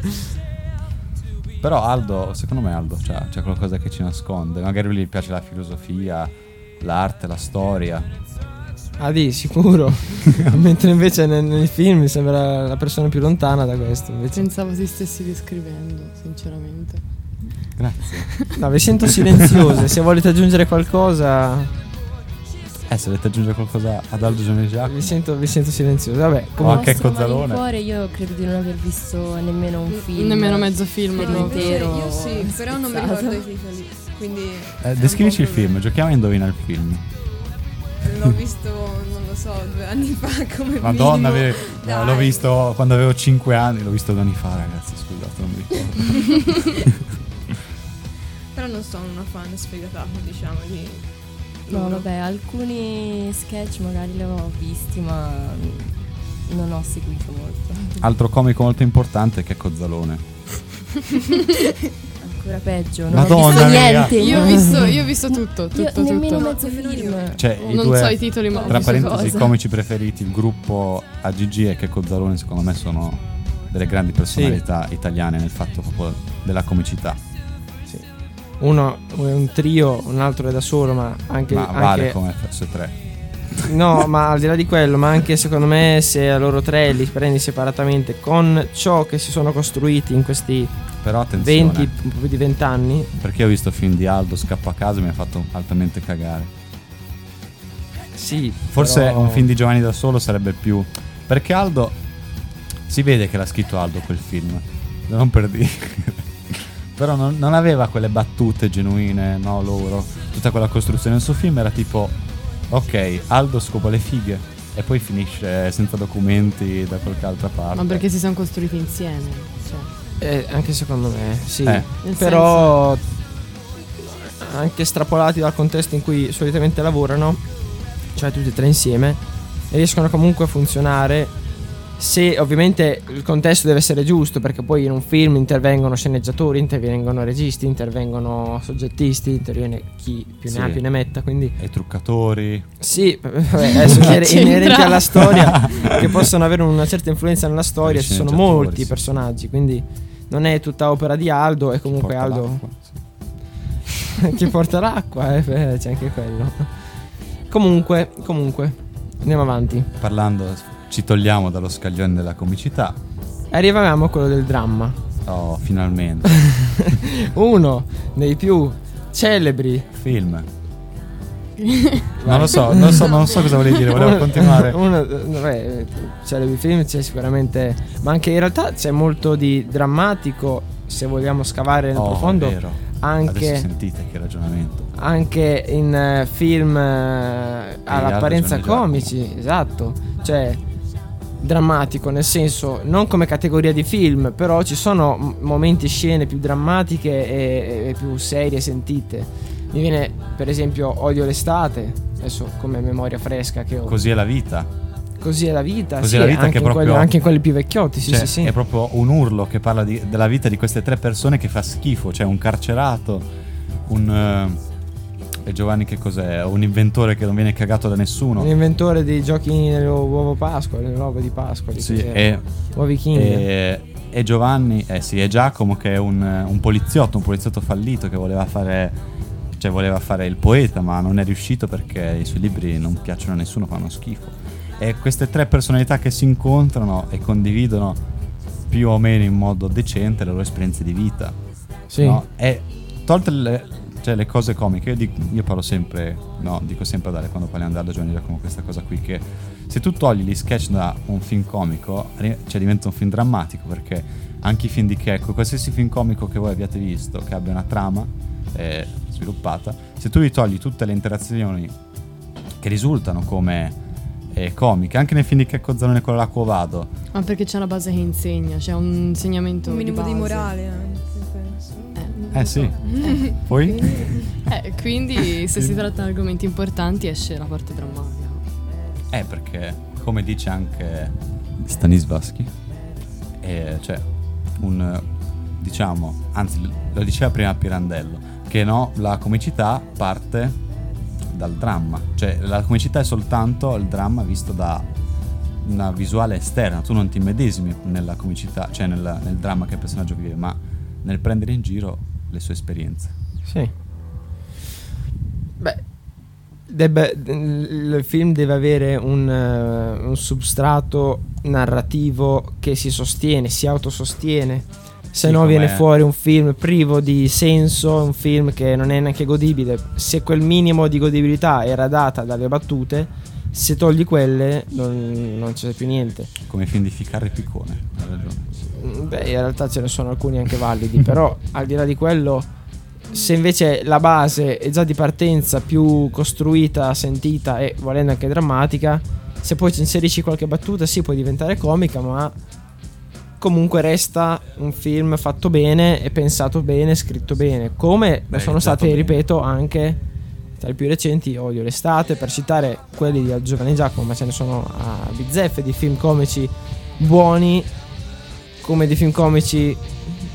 Però Aldo, secondo me Aldo c'ha, c'ha qualcosa che ci nasconde, magari lui gli piace la filosofia, l'arte, la storia. Ah di sicuro. Mentre invece nel, nei film mi sembra la persona più lontana da questo invece. Pensavo si stessi descrivendo, sinceramente. Grazie. No, vi sento silenziose. Se volete aggiungere qualcosa, Eh, se volete aggiungere qualcosa ad Aldo Giovanni Giacomo. vi sento, vi sento silenziose. Vabbè, O anche Nostro Cozzalone. malincuore, io credo di non aver visto nemmeno un film. Nemmeno mezzo film, per no. l'intero. Io sì, però non mi spezzato. ricordo i titoli. Quindi. è Eh, un descrivici po' il un film, giochiamo a indovina il film. problema. L'ho visto, non lo so, due anni fa come Madonna, minimo. ave- Dai. l'ho visto quando avevo cinque anni, l'ho visto due anni fa, ragazzi, scusate, non mi ricordo. Però non sono una fan sfegatata, diciamo, di. No, loro. vabbè, alcuni sketch magari li avevo visti, ma non ho seguito molto. Altro comico molto importante che è Cozzalone. Ancora peggio, non Madonna ho visto mia. niente. Io ho visto, io ho visto tutto, Io tutto, nemmeno tutto. mezzo film. Cioè, i Non due, so i titoli, ma ho tra visto parentesi, cosa. i comici preferiti, il gruppo A G G e Checco Zalone, secondo me sono delle grandi personalità italiane nel fatto proprio della comicità. Sì. Uno è un trio, un altro è da solo, ma anche, Ma anche vale come F S tre. no, ma al di là di quello, ma anche secondo me se a loro tre li prendi separatamente con ciò che si sono costruiti in questi Però attenzione, venti, un po' più di venti anni. perché ho visto film di Aldo Scappo a casa e mi ha fatto altamente cagare. Sì, Forse però- un film di Giovanni da solo sarebbe più, perché Aldo si vede che l'ha scritto Aldo quel film, non per dire. Però non, non aveva quelle battute genuine, no, loro, tutta quella costruzione. Il suo film era tipo, ok, Aldo scopa le fighe e poi finisce senza documenti da qualche altra parte. Ma perché si sono costruiti insieme? Cioè. Eh, anche secondo me, sì. Eh. Nel Però anche estrapolati dal contesto in cui solitamente lavorano, cioè tutti e tre insieme, riescono comunque a funzionare. Se ovviamente il contesto deve essere giusto, perché poi in un film intervengono sceneggiatori, intervengono registi, intervengono soggettisti, interviene chi più ne Sì. ha più ne metta, quindi E truccatori. sì, vabbè, adesso iner- C'entra. inerenti alla storia che possono avere una certa influenza nella storia, I ci sono sceneggiatori, molti sì. personaggi, quindi non è tutta opera di Aldo, e comunque Porta Aldo l'acqua, sì. che porta l'acqua, eh, beh, c'è anche quello. Comunque, comunque, andiamo avanti. Parlando, ci togliamo dallo scaglione della comicità. Arriviamo a quello del dramma. Oh, finalmente. Uno dei più celebri Film. Non lo so, non so, non so cosa volevi dire, volevo Uno- continuare. Uno, beh, celebri film c'è sicuramente, ma anche in realtà c'è molto di drammatico, se vogliamo scavare nel Oh, profondo. è vero. Anche Adesso sentite che ragionamento. anche in eh, film eh, all'apparenza Aldo Giovanni comici, esatto, cioè drammatico nel senso non come categoria di film, però ci sono m- momenti, scene più drammatiche e, e più serie sentite. Mi viene per esempio Odio l'estate, adesso come memoria fresca che ho. Così è la vita. Così è la vita, Così sì, è la vita anche, che in proprio- quelli, anche in quelli più vecchiotti, sì Cioè, sì sì. è proprio un urlo che parla di- della vita di queste tre persone che fa schifo. Cioè un carcerato, un... eh, e Giovanni che cos'è? Un inventore che non viene cagato da nessuno. Un inventore dei giochi nell'uovo Pasqua, nell'uovo di Pasqua, di Sì, cos'era? e, Uovi King. e, e Giovanni, eh sì, e Giacomo che è un, un poliziotto, un poliziotto fallito che voleva fare, cioè voleva fare il poeta, ma non è riuscito perché i suoi libri non piacciono a nessuno, fanno schifo. E queste tre personalità che si incontrano e condividono più o meno in modo decente le loro esperienze di vita. Sì. No? E tolte le, cioè, le cose comiche, io, dico- io parlo sempre, no, dico sempre a Dario quando parliamo di Aldo Giovanni Giacomo questa cosa qui, che se tu togli gli sketch da un film comico, ri- cioè diventa un film drammatico, perché anche i film di Checco, qualsiasi film comico che voi abbiate visto, che abbia una trama eh, sviluppata, se tu gli togli tutte le interazioni che risultano come eh, comiche, anche nel film di Checco Zalone con la Quo Vado, Ma perché c'è una base che insegna, c'è un insegnamento Un minimo di, di base. morale anche, penso. Eh, eh sì, poi? Eh, quindi se si trattano di argomenti importanti esce la parte drammatica. Eh, perché come dice anche Stanislavski, eh, cioè un, diciamo, anzi lo diceva prima Pirandello, che no, la comicità parte dal dramma, cioè la comicità è soltanto il dramma visto da una visuale esterna, tu non ti immedesimi nella comicità, cioè nel, nel dramma che il personaggio vive, ma nel prendere in giro le sue esperienze. Sì. Beh, debbe- il film deve avere un, eh, un substrato narrativo che si sostiene, si autosostiene. Se Sì, no com'è. viene fuori un film privo di senso, un film che non è neanche godibile. Se quel minimo di godibilità era data dalle battute, se togli quelle non, non c'è più niente. Come i film di Ficarra e Piccone, hai ragione. Mm, Beh, in realtà ce ne sono alcuni anche validi, però al di là di quello, se invece la base è già di partenza più costruita, sentita e volendo anche drammatica, se poi ci inserisci qualche battuta sì può diventare comica, ma comunque resta un film fatto bene e pensato bene, scritto bene, come lo Beh, sono realizzato state, bene. ripeto, anche tra i più recenti Odio l'estate, per citare quelli di Giovanni Giacomo, ma ce ne sono a bizzeffe di film comici buoni, come di film comici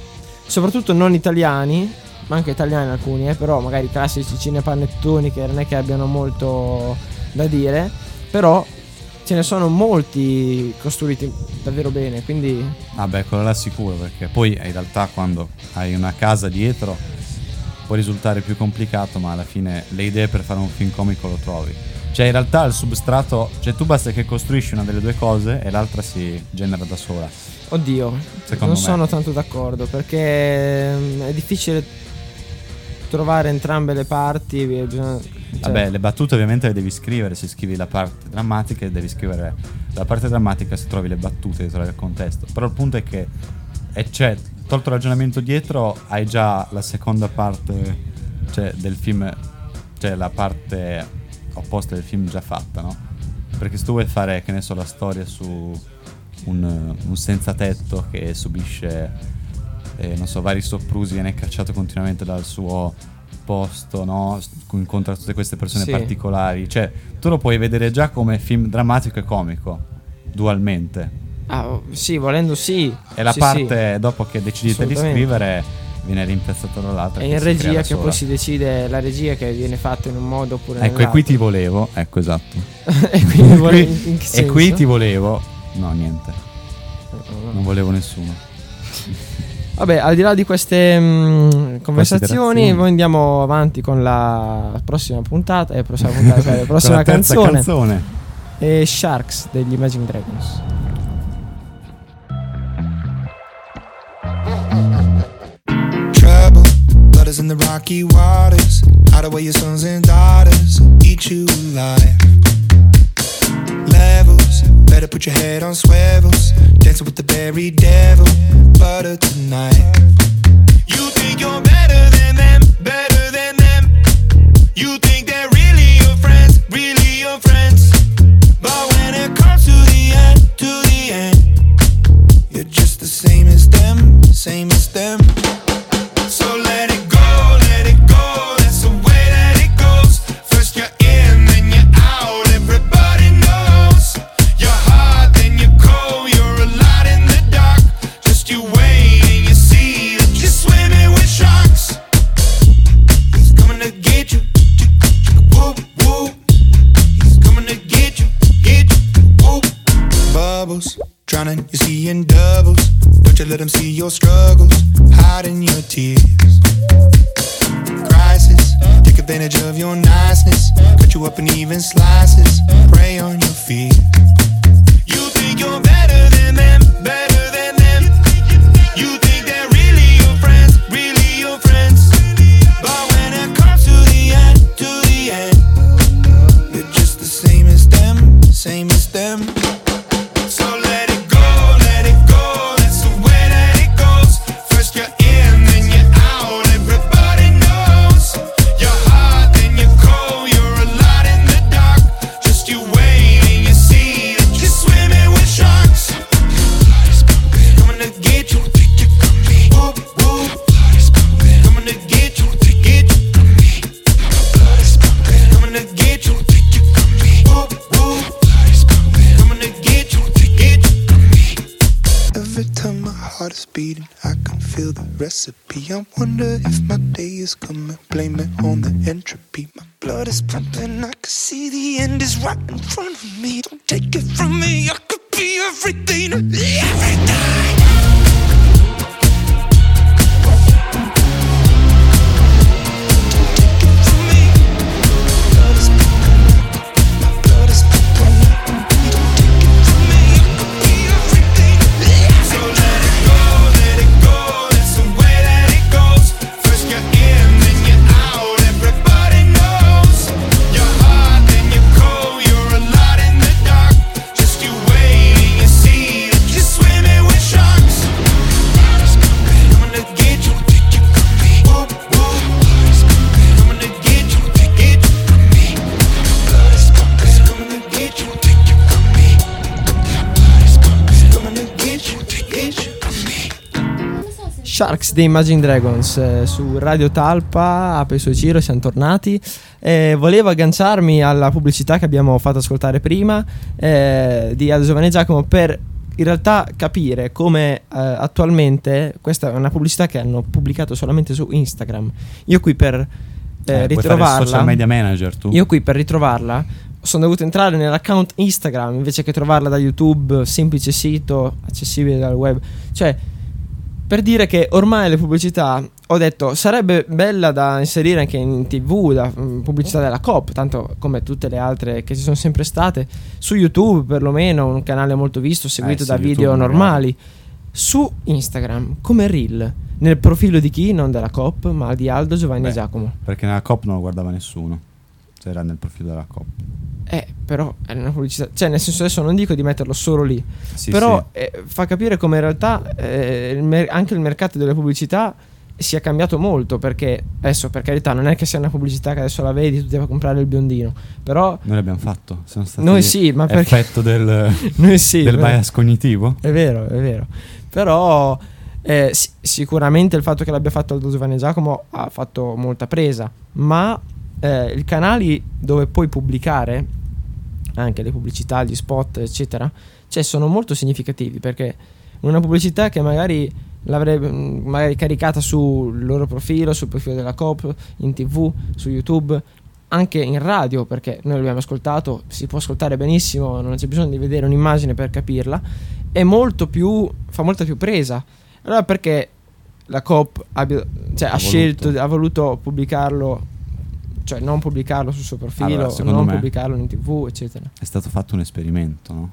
soprattutto non italiani, ma anche italiani alcuni, eh, però magari classici cinepanettoni che non è che abbiano molto da dire, però ce ne sono molti costruiti davvero bene, quindi Vabbè, quello là sicuro, perché poi in realtà quando hai una casa dietro può risultare più complicato, ma alla fine le idee per fare un film comico lo trovi. Cioè in realtà il substrato, cioè tu basta che costruisci una delle due cose e l'altra si genera da sola. oddio, Secondo non me. sono tanto d'accordo, perché mm, è difficile trovare entrambe le parti, e bisogna- cioè- Vabbè, le battute ovviamente le devi scrivere, se scrivi la parte drammatica devi scrivere la parte drammatica, se trovi le battute devi trovare il contesto. Però il punto è che e c'è, tolto il ragionamento dietro, hai già la seconda parte, cioè del film, cioè la parte opposta del film già fatta, no? Perché se tu vuoi fare, che ne so, la storia su un, un senza tetto che subisce eh, non so, vari soprusi, viene cacciato continuamente dal suo posto, no? Incontra tutte queste persone Sì. particolari, cioè tu lo puoi vedere già come film drammatico e comico dualmente. Ah, oh, sì, volendo sì. E la Sì, parte dopo che decidete di Assolutamente. scrivere viene rimpiazzata dall'altra. È che in si crea regia da che sola. poi si decide, la regia che viene fatta in un modo oppure Ecco, e nell'altro. qui ti volevo, ecco, esatto. E quindi vuole- Qui- in che e qui senso? ti volevo, no, niente. no. Non volevo nessuno. Vabbè, al di là di queste mm, conversazioni, Considerazioni. noi andiamo avanti con la prossima puntata. Eh, prossima puntata, cioè, la prossima Con la terza canzone. canzone. E Sharks degli Imagine Dragons. Trouble, blood is in the rocky waters. Hide away your sons and daughters, eat you alive. Levels, better put your head on swivels. Dancing with the berry devil, butter tonight. You think you're better than them, better than them. You think they're really your friends, really your friends. But when it comes to the end, to the end, you're just the same as them, same as them. So let it go, let it go, that's the way that it goes. First you're in, then you're out, everybody knows. You're hot, then you're cold, you're a lot in the dark. Just you wait and you see that you're swimming with sharks. He's coming to get you, whoop, whoop. He's coming to get you, get you, whoop. Bubbles, drowning, you're seeing doubles. Don't you let him see your struggles, hiding your tears. Crisis, take advantage of your niceness. Cut you up in even slices, prey on your fear. You think you're better than them, better than them. You think they're really your friends, really your friends. But when it comes to the end, to the end, you're just the same as them, same as them. So let it go, let it go, that's the way that it goes. First you're in, then you're out, everybody knows. You're hot, then you're cold, you're a lot in the dark. Just you wait and you see that you're swimming with sharks. Coming to get you, whoop, whoop. Coming to get you, get you. Coming to get you, whoop, whoop. Coming to get you, get you. Every time my heart is beating, I can feel the recipe. I wonder if my day is coming. Blame it on the entropy. My blood is pumping. I can see the end is right in front of me. Don't take it from me. I could be everything, everything. Sharks dei Imagine Dragons eh, su Radio Talpa, apre il suo giro, siamo tornati. Eh, volevo agganciarmi alla pubblicità che abbiamo fatto ascoltare prima eh, di Aldo Giovanni e Giacomo per in realtà capire come eh, attualmente questa è una pubblicità che hanno pubblicato solamente su Instagram. Io qui per eh, Eh, puoi fare il ritrovarla, social media manager tu. io qui per ritrovarla sono dovuto entrare nell'account Instagram invece che trovarla da YouTube, semplice sito accessibile dal web. Cioè, per dire che ormai le pubblicità, ho detto, sarebbe bella da inserire anche in tivù, da mm, pubblicità della Coop, tanto come tutte le altre che ci sono sempre state, su YouTube perlomeno, un canale molto visto, seguito Eh, sì, da YouTube video magari. normali. Su Instagram, come Reel, nel profilo di chi? Non della Coop, ma di Aldo, Giovanni Beh, e Giacomo. Perché nella Coop non lo guardava nessuno. Cioè era nel profilo della Coop. Eh, però è una pubblicità. Cioè, nel senso, adesso non dico di metterlo solo lì. Sì, però sì. eh, fa capire come in realtà eh, il mer- anche il mercato delle pubblicità sia cambiato molto. Perché adesso, per carità, non è che sia una pubblicità che adesso la vedi, tu devi comprare il biondino. Però Noi l'abbiamo fatto. Siamo stati noi sì, ma perché effetto del, noi sì, del vero. bias cognitivo. È vero, è vero. Però eh, si- sicuramente il fatto che l'abbia fatto Aldo, Giovanni e Giacomo ha fatto molta presa. Ma eh, i canali dove puoi pubblicare anche le pubblicità, gli spot, eccetera, cioè sono molto significativi, perché una pubblicità che magari l'avrebbe mh, magari caricata sul loro profilo, sul profilo della Coop, in tivù, su YouTube, anche in radio, perché noi l'abbiamo ascoltato, si può ascoltare benissimo, non c'è bisogno di vedere un'immagine per capirla, è molto più, fa molta più presa. Allora perché la Coop abbia, cioè, ha, Ha scelto, voluto. ha voluto pubblicarlo, cioè non pubblicarlo sul suo profilo, Allora, secondo non me- pubblicarlo in tivù, eccetera. È stato fatto un esperimento, no?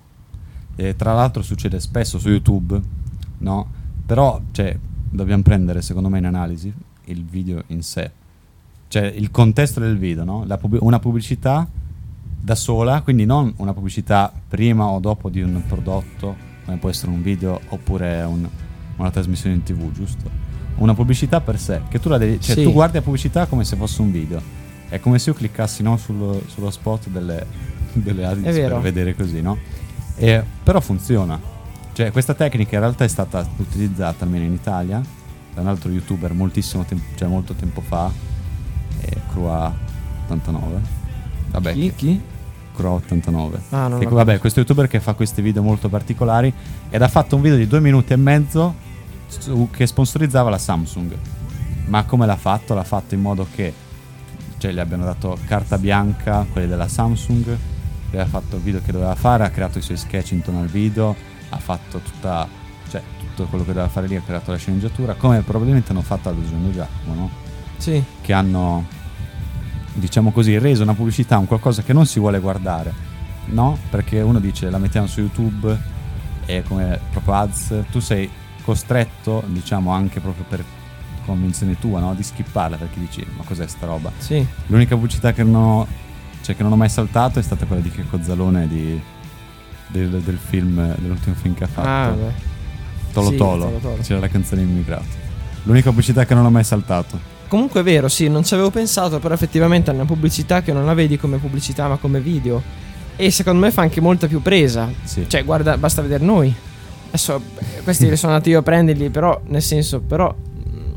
E tra l'altro succede spesso su YouTube, no? Però, cioè, dobbiamo prendere, secondo me, in analisi il video in sé. Cioè, il contesto del video, no? La pub- una pubblicità da sola, quindi non una pubblicità prima o dopo di un prodotto, come può essere un video oppure un- una trasmissione in tivù, giusto? Una pubblicità per sé, che tu la devi, cioè Sì. tu guardi la pubblicità come se fosse un video. È come se io cliccassi, no, sullo, sullo spot delle, delle Adidas È vero. per vedere così, no? E, però funziona. Cioè, questa tecnica in realtà è stata utilizzata almeno in Italia da un altro youtuber moltissimo tempo, cioè molto tempo fa, eh, Crua ottantanove. Vabbè, Chi? che- Chi? Crua ottantanove. Ah, non Che- lo vabbè, questo youtuber che fa questi video molto particolari ed ha fatto un video di due minuti e mezzo su- che sponsorizzava la Samsung. Ma come l'ha fatto? L'ha fatto in modo che, cioè, gli abbiano dato carta bianca, quelli della Samsung, lui ha fatto il video che doveva fare, ha creato i suoi sketch intorno al video, ha fatto tutta, cioè, tutto quello che doveva fare lì, ha creato la sceneggiatura, come probabilmente hanno fatto Aldo, Giovanni e Giacomo, no? Sì. Che hanno, diciamo così, reso una pubblicità un qualcosa che non si vuole guardare, no? Perché uno dice la mettiamo su YouTube e come proprio ads, tu sei costretto, diciamo, anche proprio per convinzione tua, no? Di skipparla, perché dici ma cos'è sta roba? Sì. L'unica pubblicità che non ho, cioè che non ho mai saltato è stata quella di Checco Zalone di, del, del film, dell'ultimo film che ha fatto. Ah, beh. Tolo Sì, Tolo, Tolo Tolo. c'era la canzone Immigrato. L'unica pubblicità che non ho mai saltato. Comunque è vero, sì, non ci avevo pensato, però effettivamente è una pubblicità che non la vedi come pubblicità ma come video. E secondo me fa anche molta più presa. Sì. Cioè, guarda, basta vedere noi. Adesso, eh, questi li sono andati io a prenderli, però, nel senso, però mh,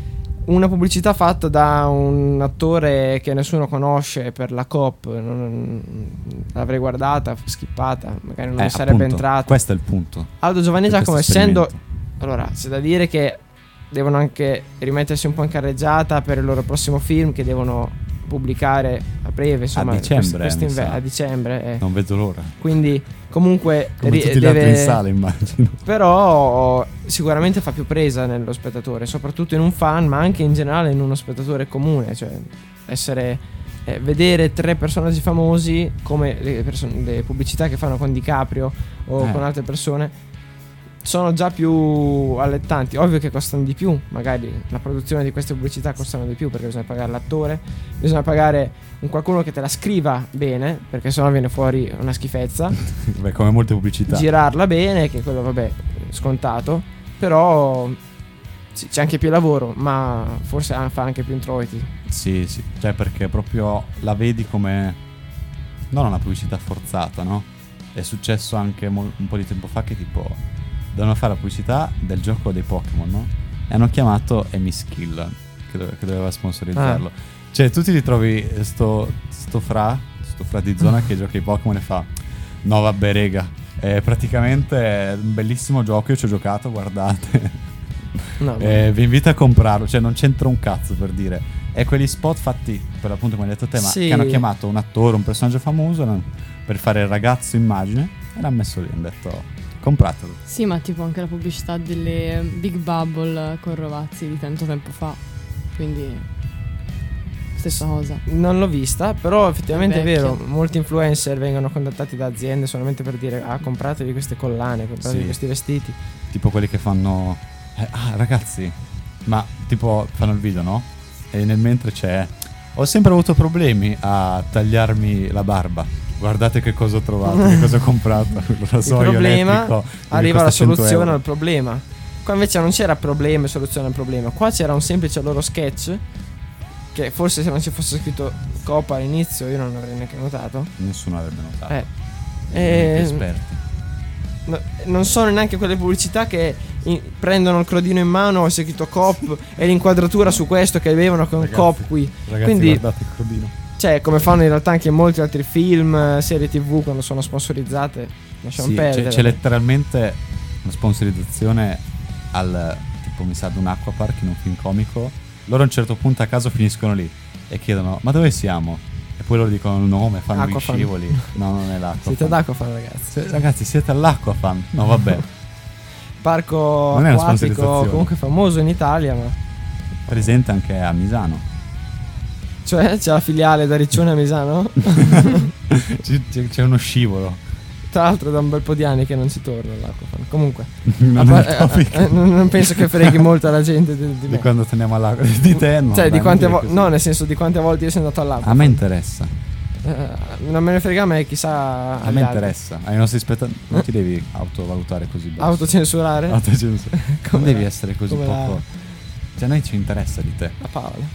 una pubblicità fatta da un attore che nessuno conosce per la Coop, non, non- l'avrei guardata, skippata, magari non Eh, mi sarebbe appunto, entrata. questo è il punto. Aldo, Giovanni e Per Giacomo, questo essendo... esperimento. Allora, c'è da dire che devono anche rimettersi un po' in carreggiata per il loro prossimo film che devono pubblicare a breve, insomma, a dicembre, quest- mi quest'inver- sa. a dicembre. eh. Non vedo l'ora. Quindi comunque Come ri- tutti gli deve... altri in sala, immagino. Però sicuramente fa più presa nello spettatore, soprattutto in un fan, ma anche in generale in uno spettatore comune, cioè essere eh, vedere tre personaggi famosi come le, perso- le pubblicità che fanno con DiCaprio o Eh. con altre persone sono già più allettanti. Ovvio che costano di più, magari la produzione di queste pubblicità costano di più perché bisogna pagare l'attore, bisogna pagare un qualcuno che te la scriva bene, perché sennò viene fuori una schifezza. Beh, come molte pubblicità. Girarla bene, che quello vabbè scontato, però sì, c'è anche più lavoro, ma forse ah, fa anche più introiti. Sì, sì, cioè perché proprio la vedi come non una pubblicità forzata, no? È successo anche mo- un po' di tempo fa che tipo dovevano fare la pubblicità del gioco dei Pokémon, no? E hanno chiamato Amy Skill che, dove- che doveva sponsorizzarlo. Ah. Cioè tu ti ritrovi sto, sto fra sto fra di zona che gioca i Pokémon e fa no vabbè rega, È praticamente un bellissimo gioco, io ci ho giocato, guardate. No, Eh, vi invito a comprarlo, cioè non c'entra un cazzo, per dire. È quegli spot fatti, per l'appunto come hai detto te, ma Sì. che hanno chiamato un attore, un personaggio famoso no, per fare il ragazzo immagine e l'hanno messo lì, hanno detto compratelo. Sì, ma tipo anche la pubblicità delle Big Bubble con Rovazzi di tanto tempo fa. Quindi stessa cosa. Non l'ho vista, però effettivamente è Vecchia. vero, molti influencer vengono contattati da aziende solamente per dire ah, compratevi queste collane, compratevi Sì. questi vestiti. Tipo quelli che fanno eh, ah ragazzi, ma tipo fanno il video, no? E nel mentre c'è ho sempre avuto problemi a tagliarmi la barba. Guardate che cosa ho trovato, che cosa ho comprato. Il Il rasoio problema elettrico che mi arriva la costa cento soluzione euro. al problema. Qua invece non c'era problema e soluzione al problema. Qua c'era un semplice loro sketch che forse se non ci fosse scritto Copa all'inizio io non avrei neanche notato. Nessuno avrebbe notato. Eh. Neanche Eh, esperti. no, non sono neanche quelle pubblicità che in- prendono il crodino in mano e c'è scritto Coop e l'inquadratura su questo che avevano con Ragazzi, Coop qui. Ragazzi, Quindi guardate il crodino. cioè come fanno in realtà anche in molti altri film, eh, serie tv quando sono sponsorizzate. Lasciamo Sì, perdere. c'è, c'è letteralmente una sponsorizzazione al tipo mi sa ad un acquapark in un film comico. Loro a un certo punto a caso finiscono lì e chiedono ma dove siamo? E poi loro dicono il nome, fanno gli Aquafan. scivoli. No, non è l'acqua. Siete ad Aquafan, ragazzi. Se- ragazzi, siete all'Acquafan. No, vabbè. Parco Non è una acquatico sponsorizzazione. comunque famoso in Italia, ma Presente anche a Misano. cioè c'è la filiale da Riccione a Misano. C'è, c'è- c'è uno scivolo. Tra l'altro da un bel po' di anni che non si torna all'Acquafan. Comunque Non a è par- il topic. eh, eh, non non penso che freghi molto alla gente di, di Di me. quando torniamo all'acqua. Di te no. Cioè dai, di non quante dire volte così. no, nel senso di quante volte io sono andato all'Acquafan. A me interessa. Eh, non me ne frega a me, chissà A agli me altri. interessa. Ai nostri spettatori. Non ti devi autovalutare così basso. Autocensurare? Autocensurare. Non Come devi la- essere così come la- poco. Cioè, a noi ci interessa di te. La Paola.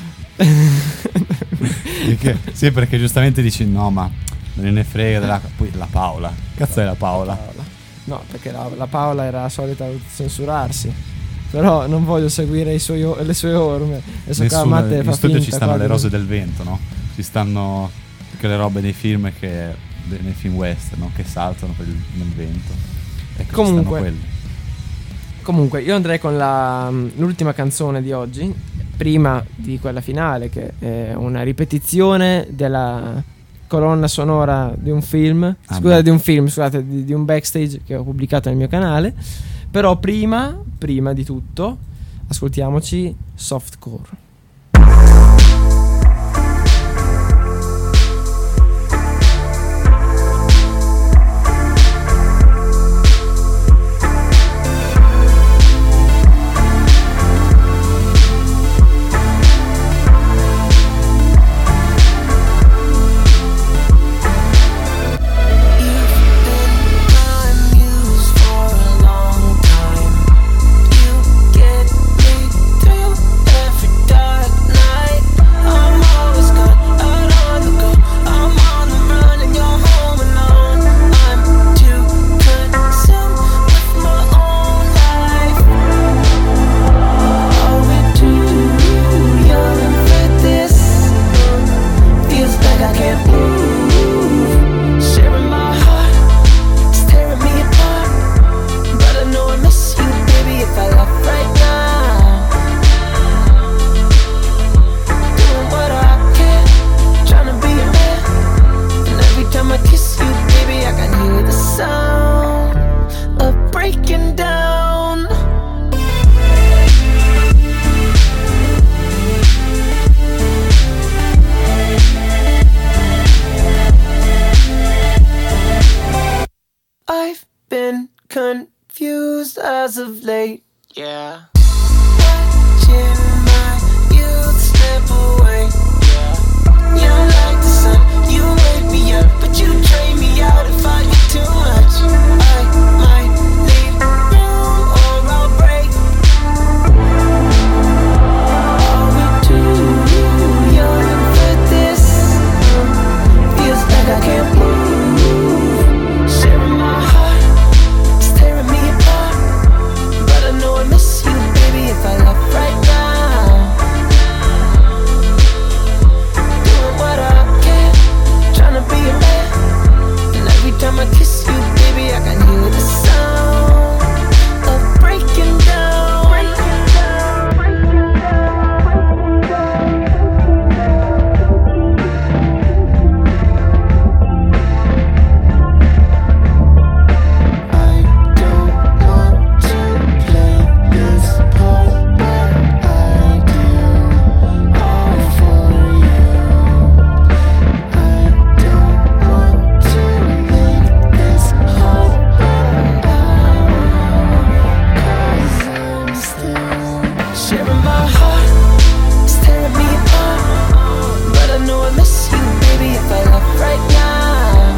Perché? Sì, perché giustamente dici no, ma non ne frega della. Poi la Paola. Cazzo è la Paola? No, perché la, la Paola era solita censurarsi. Però non voglio seguire i suoi o- le sue orme. E so che la Nessuno, Matte in fa studio ci finta stanno qua le di- rose del vento, no? Ci stanno quelle robe dei film che de- nei film western, no? Che saltano per il- nel vento. Ecco, ci Comunque. stanno quelli. Comunque, io andrei con la, l'ultima canzone di oggi, prima di quella finale, che è una ripetizione della colonna sonora di un film. Ah, scusate, beh. di un film, scusate, di, di un backstage che ho pubblicato nel mio canale. Però prima, prima di tutto, ascoltiamoci Softcore. I've been confused as of late. Yeah. Watching my youth slip away. Yeah. You're like the sun, you wake me up, but you drain me out if I get too much. I might leave room or I'll break. Are we too young for this? Feels like I can't move. Sharing my heart, it's tearing me apart. But I know I miss you, baby, if I left right now. Doing what I can, trying to be a man. And every time I kiss you, baby, I sharing my heart, is tearing me apart. But I know I miss you, baby, if I left right now.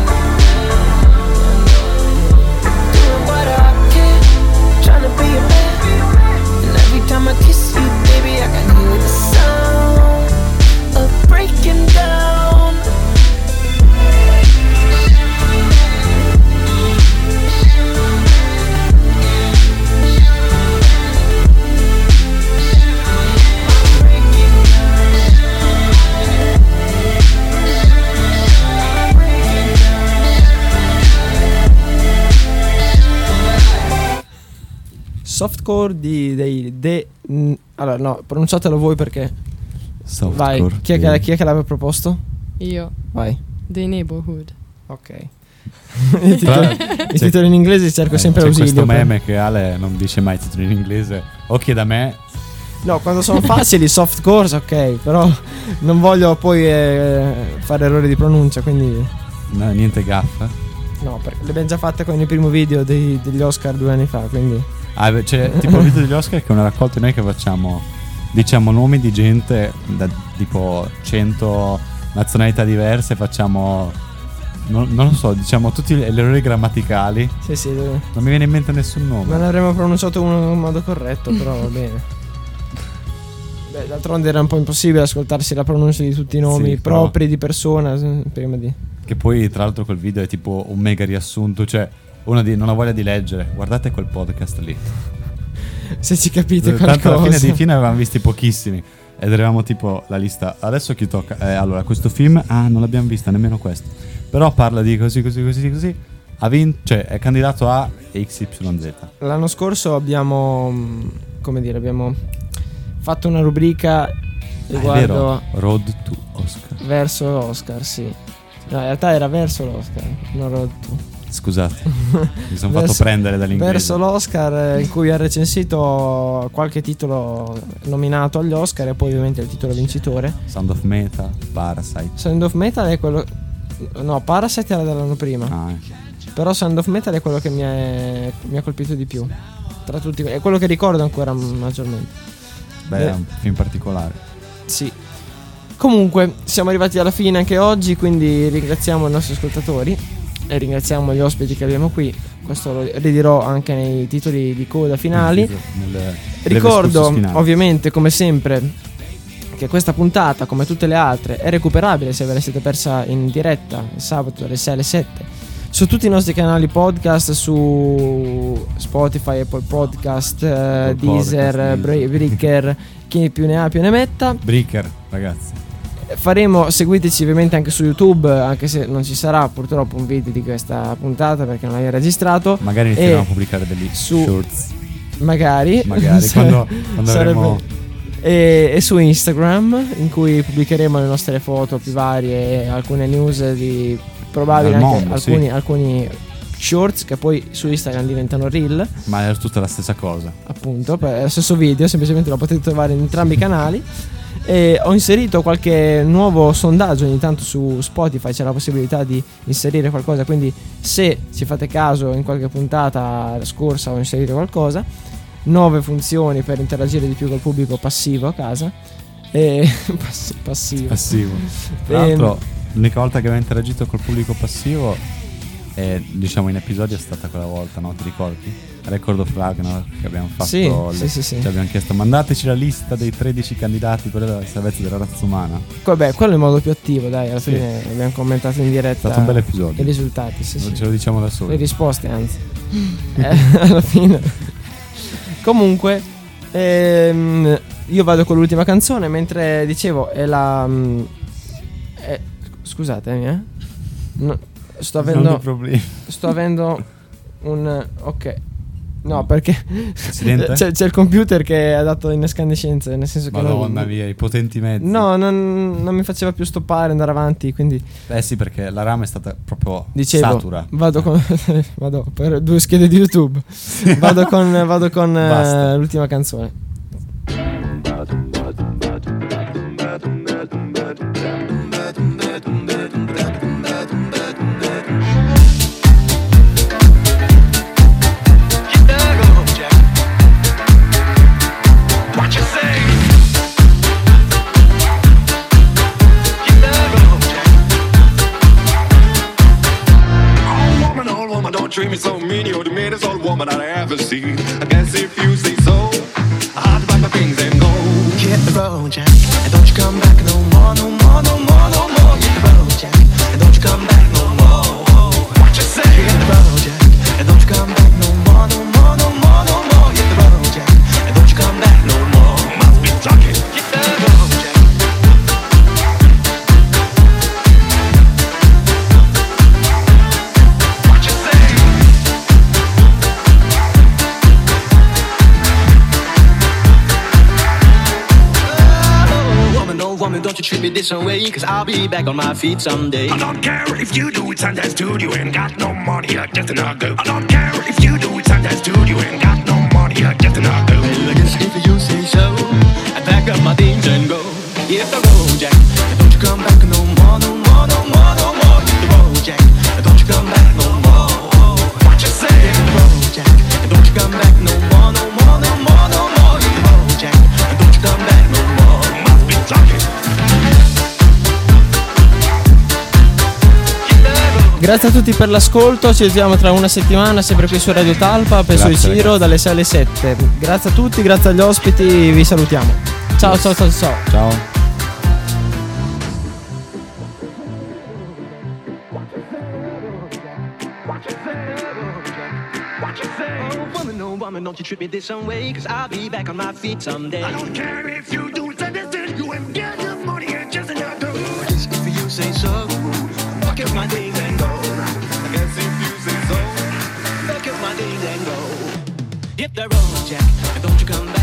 Doing what I can, trying to be a man. And every time I kiss you, baby, I can hear the sound of breaking down. Softcore di dei de mm, allora no, pronunciatelo voi perché Softcore. vai, chi è, che, chi è che l'aveva proposto? Io. Vai. The Neighborhood. Ok. I titoli, i titoli in inglese cerco Eh, sempre c'è ausilio. questo per- meme che Ale non dice mai i titoli in inglese, o chiede a me. No, quando sono facili, softcore, ok, però non voglio poi eh, fare errori di pronuncia, quindi No, niente gaffa. no, perché le abbiamo già fatte con il primo video dei- degli Oscar due anni fa, quindi Ah, beh, c'è tipo il video degli Oscar che è una raccolta noi che facciamo, diciamo nomi di gente da tipo cento nazionalità diverse, facciamo non, non lo so, diciamo tutti gli errori grammaticali. sì, sì, dove- Non mi viene in mente nessun nome. non avremmo pronunciato uno in modo corretto, però va bene. Beh, d'altronde era un po' impossibile ascoltarsi la pronuncia di tutti i nomi Sì, però- propri di persona eh, prima di... Che poi tra l'altro quel video è tipo un mega riassunto, cioè uno di, non ha voglia di leggere, guardate quel podcast lì. Se ci capite Tanto qualcosa. alla fine dei film avevamo visti pochissimi ed eravamo tipo la lista. Adesso chi tocca? Eh, allora questo film, ah non l'abbiamo vista nemmeno questo, però parla di così così così così. Ha vinto, cioè è candidato a X Y Z. L'anno scorso abbiamo, mh, come dire, abbiamo fatto una rubrica Ah, è riguardo vero, Road to Oscar. verso l'Oscar, sì. No, in realtà era verso l'Oscar, non road to. Scusate, mi sono fatto Verso- prendere dall'inglese. Verso l'Oscar, eh, in cui ha recensito qualche titolo nominato agli Oscar e poi ovviamente il titolo vincitore. Sound of Metal, Parasite. Sound of Metal è quello... No, Parasite era dell'anno prima. Ah, eh. Però Sound of Metal è quello che mi, è, mi ha colpito di più. Tra tutti, è quello che ricordo ancora maggiormente. Beh, Eh. è un film particolare. Sì. Comunque, siamo arrivati alla fine anche oggi, quindi ringraziamo i nostri ascoltatori e ringraziamo gli ospiti che abbiamo qui. Questo lo ridirò anche nei titoli di coda finali. Nel- nel Ricordo, discorso finale. ovviamente, come sempre, che questa puntata, come tutte le altre, è recuperabile se ve la siete persa in diretta il sabato dalle sei alle sette su tutti i nostri canali podcast, su Spotify, Apple Podcast, eh, Apple Deezer, Podcast, Bra- Deezer. Breaker, chi più ne ha più ne metta. Breaker, ragazzi. Faremo, seguiteci ovviamente anche su YouTube, anche se non ci sarà purtroppo un video di questa puntata perché non l'abbiamo registrato. Magari inizieremo E a pubblicare degli su- shorts. Magari, Magari, Se- quando- quando avremo- E, e su Instagram, in cui pubblicheremo le nostre foto più varie e alcune news di probabili Dal anche mondo, alcuni, sì. alcuni shorts che poi su Instagram diventano reel, Ma è tutta la stessa cosa. appunto, per lo stesso video, semplicemente lo potete trovare in entrambi i canali. E ho inserito qualche nuovo sondaggio ogni tanto su Spotify, c'è la possibilità di inserire qualcosa, quindi se ci fate caso in qualche puntata scorsa ho inserito qualcosa, nuove funzioni per interagire di più col pubblico passivo a casa e pass- passivo Passivo. Tra Ehm, l'altro, l'unica volta che abbiamo interagito col pubblico passivo è, diciamo, in episodio è stata quella volta, no? Ti ricordi? Record of Ragnarok che abbiamo fatto. Sì, le- sì, sì, sì. Ci abbiamo chiesto mandateci la lista dei tredici candidati per la salvezza della razza umana. Vabbè, quello è in modo più attivo, dai, alla Sì. fine abbiamo commentato in diretta. È stato un bel episodio. I risultati, sì, Non sì. ce lo diciamo da soli. Le risposte, anzi. Eh, alla fine. Comunque, ehm, io vado con l'ultima canzone, mentre dicevo, è la... mm, è- scusatemi, eh. No, sto Non avendo... ho problemi. Sto avendo un... Ok. No, perché Accidente? c'è, c'è il computer che ha dato incandescenze, nel senso che... Madonna non- mia, i potenti mezzi. No, non, non mi faceva più stoppare, andare avanti, quindi Eh sì, perché la RAM è stata proprio dicevo, satura. vado con vado per due schede di YouTube. Vado con vado con eh, Basta. l'ultima canzone. What you say? road, Jack, and don't you come back no more, no more, no more, no more. Hit the road, Jack, and don't you come back no more. What you say? Hit the road, Jack, and don't you come back no more, no more, no more, no more. Hit the road, Jack, and don't you come back no more. Must be talking. Hit the road, Jack. Woman, don't you treat me this way, cause I'll be back on my feet someday. I don't care if you do it, sometimes too. You ain't got no money, you're just another girl. I don't care if you do it, sometimes too. You ain't got no money, you're just another girl. Well, I guess if you say so, I pack up my things and go. Hit the road, Jack, don't you come back no more, no more, no more, no more. Hit the road, Jack, don't you come back no more. What you say? Hit the road, Jack, don't you come back no more, no more, no more, no more. Hit the road, Jack, don't you come back no more. Must be talking. Grazie a tutti per l'ascolto, ci vediamo tra una settimana sempre qui su Radio Talpa, Peso e Ciro dalle sei alle sette. Grazie a tutti, grazie agli ospiti, vi salutiamo. Ciao ciao ciao ciao. Ciao. Don't you treat me this way, cause I'll be back on my feet someday. I don't care if you do it, understand. You ain't got no money, you're just another girl. I guess if you say so, fuck up my things and go. I guess if you say so, fuck up my things and go. Hit the road, Jack, and don't you come back.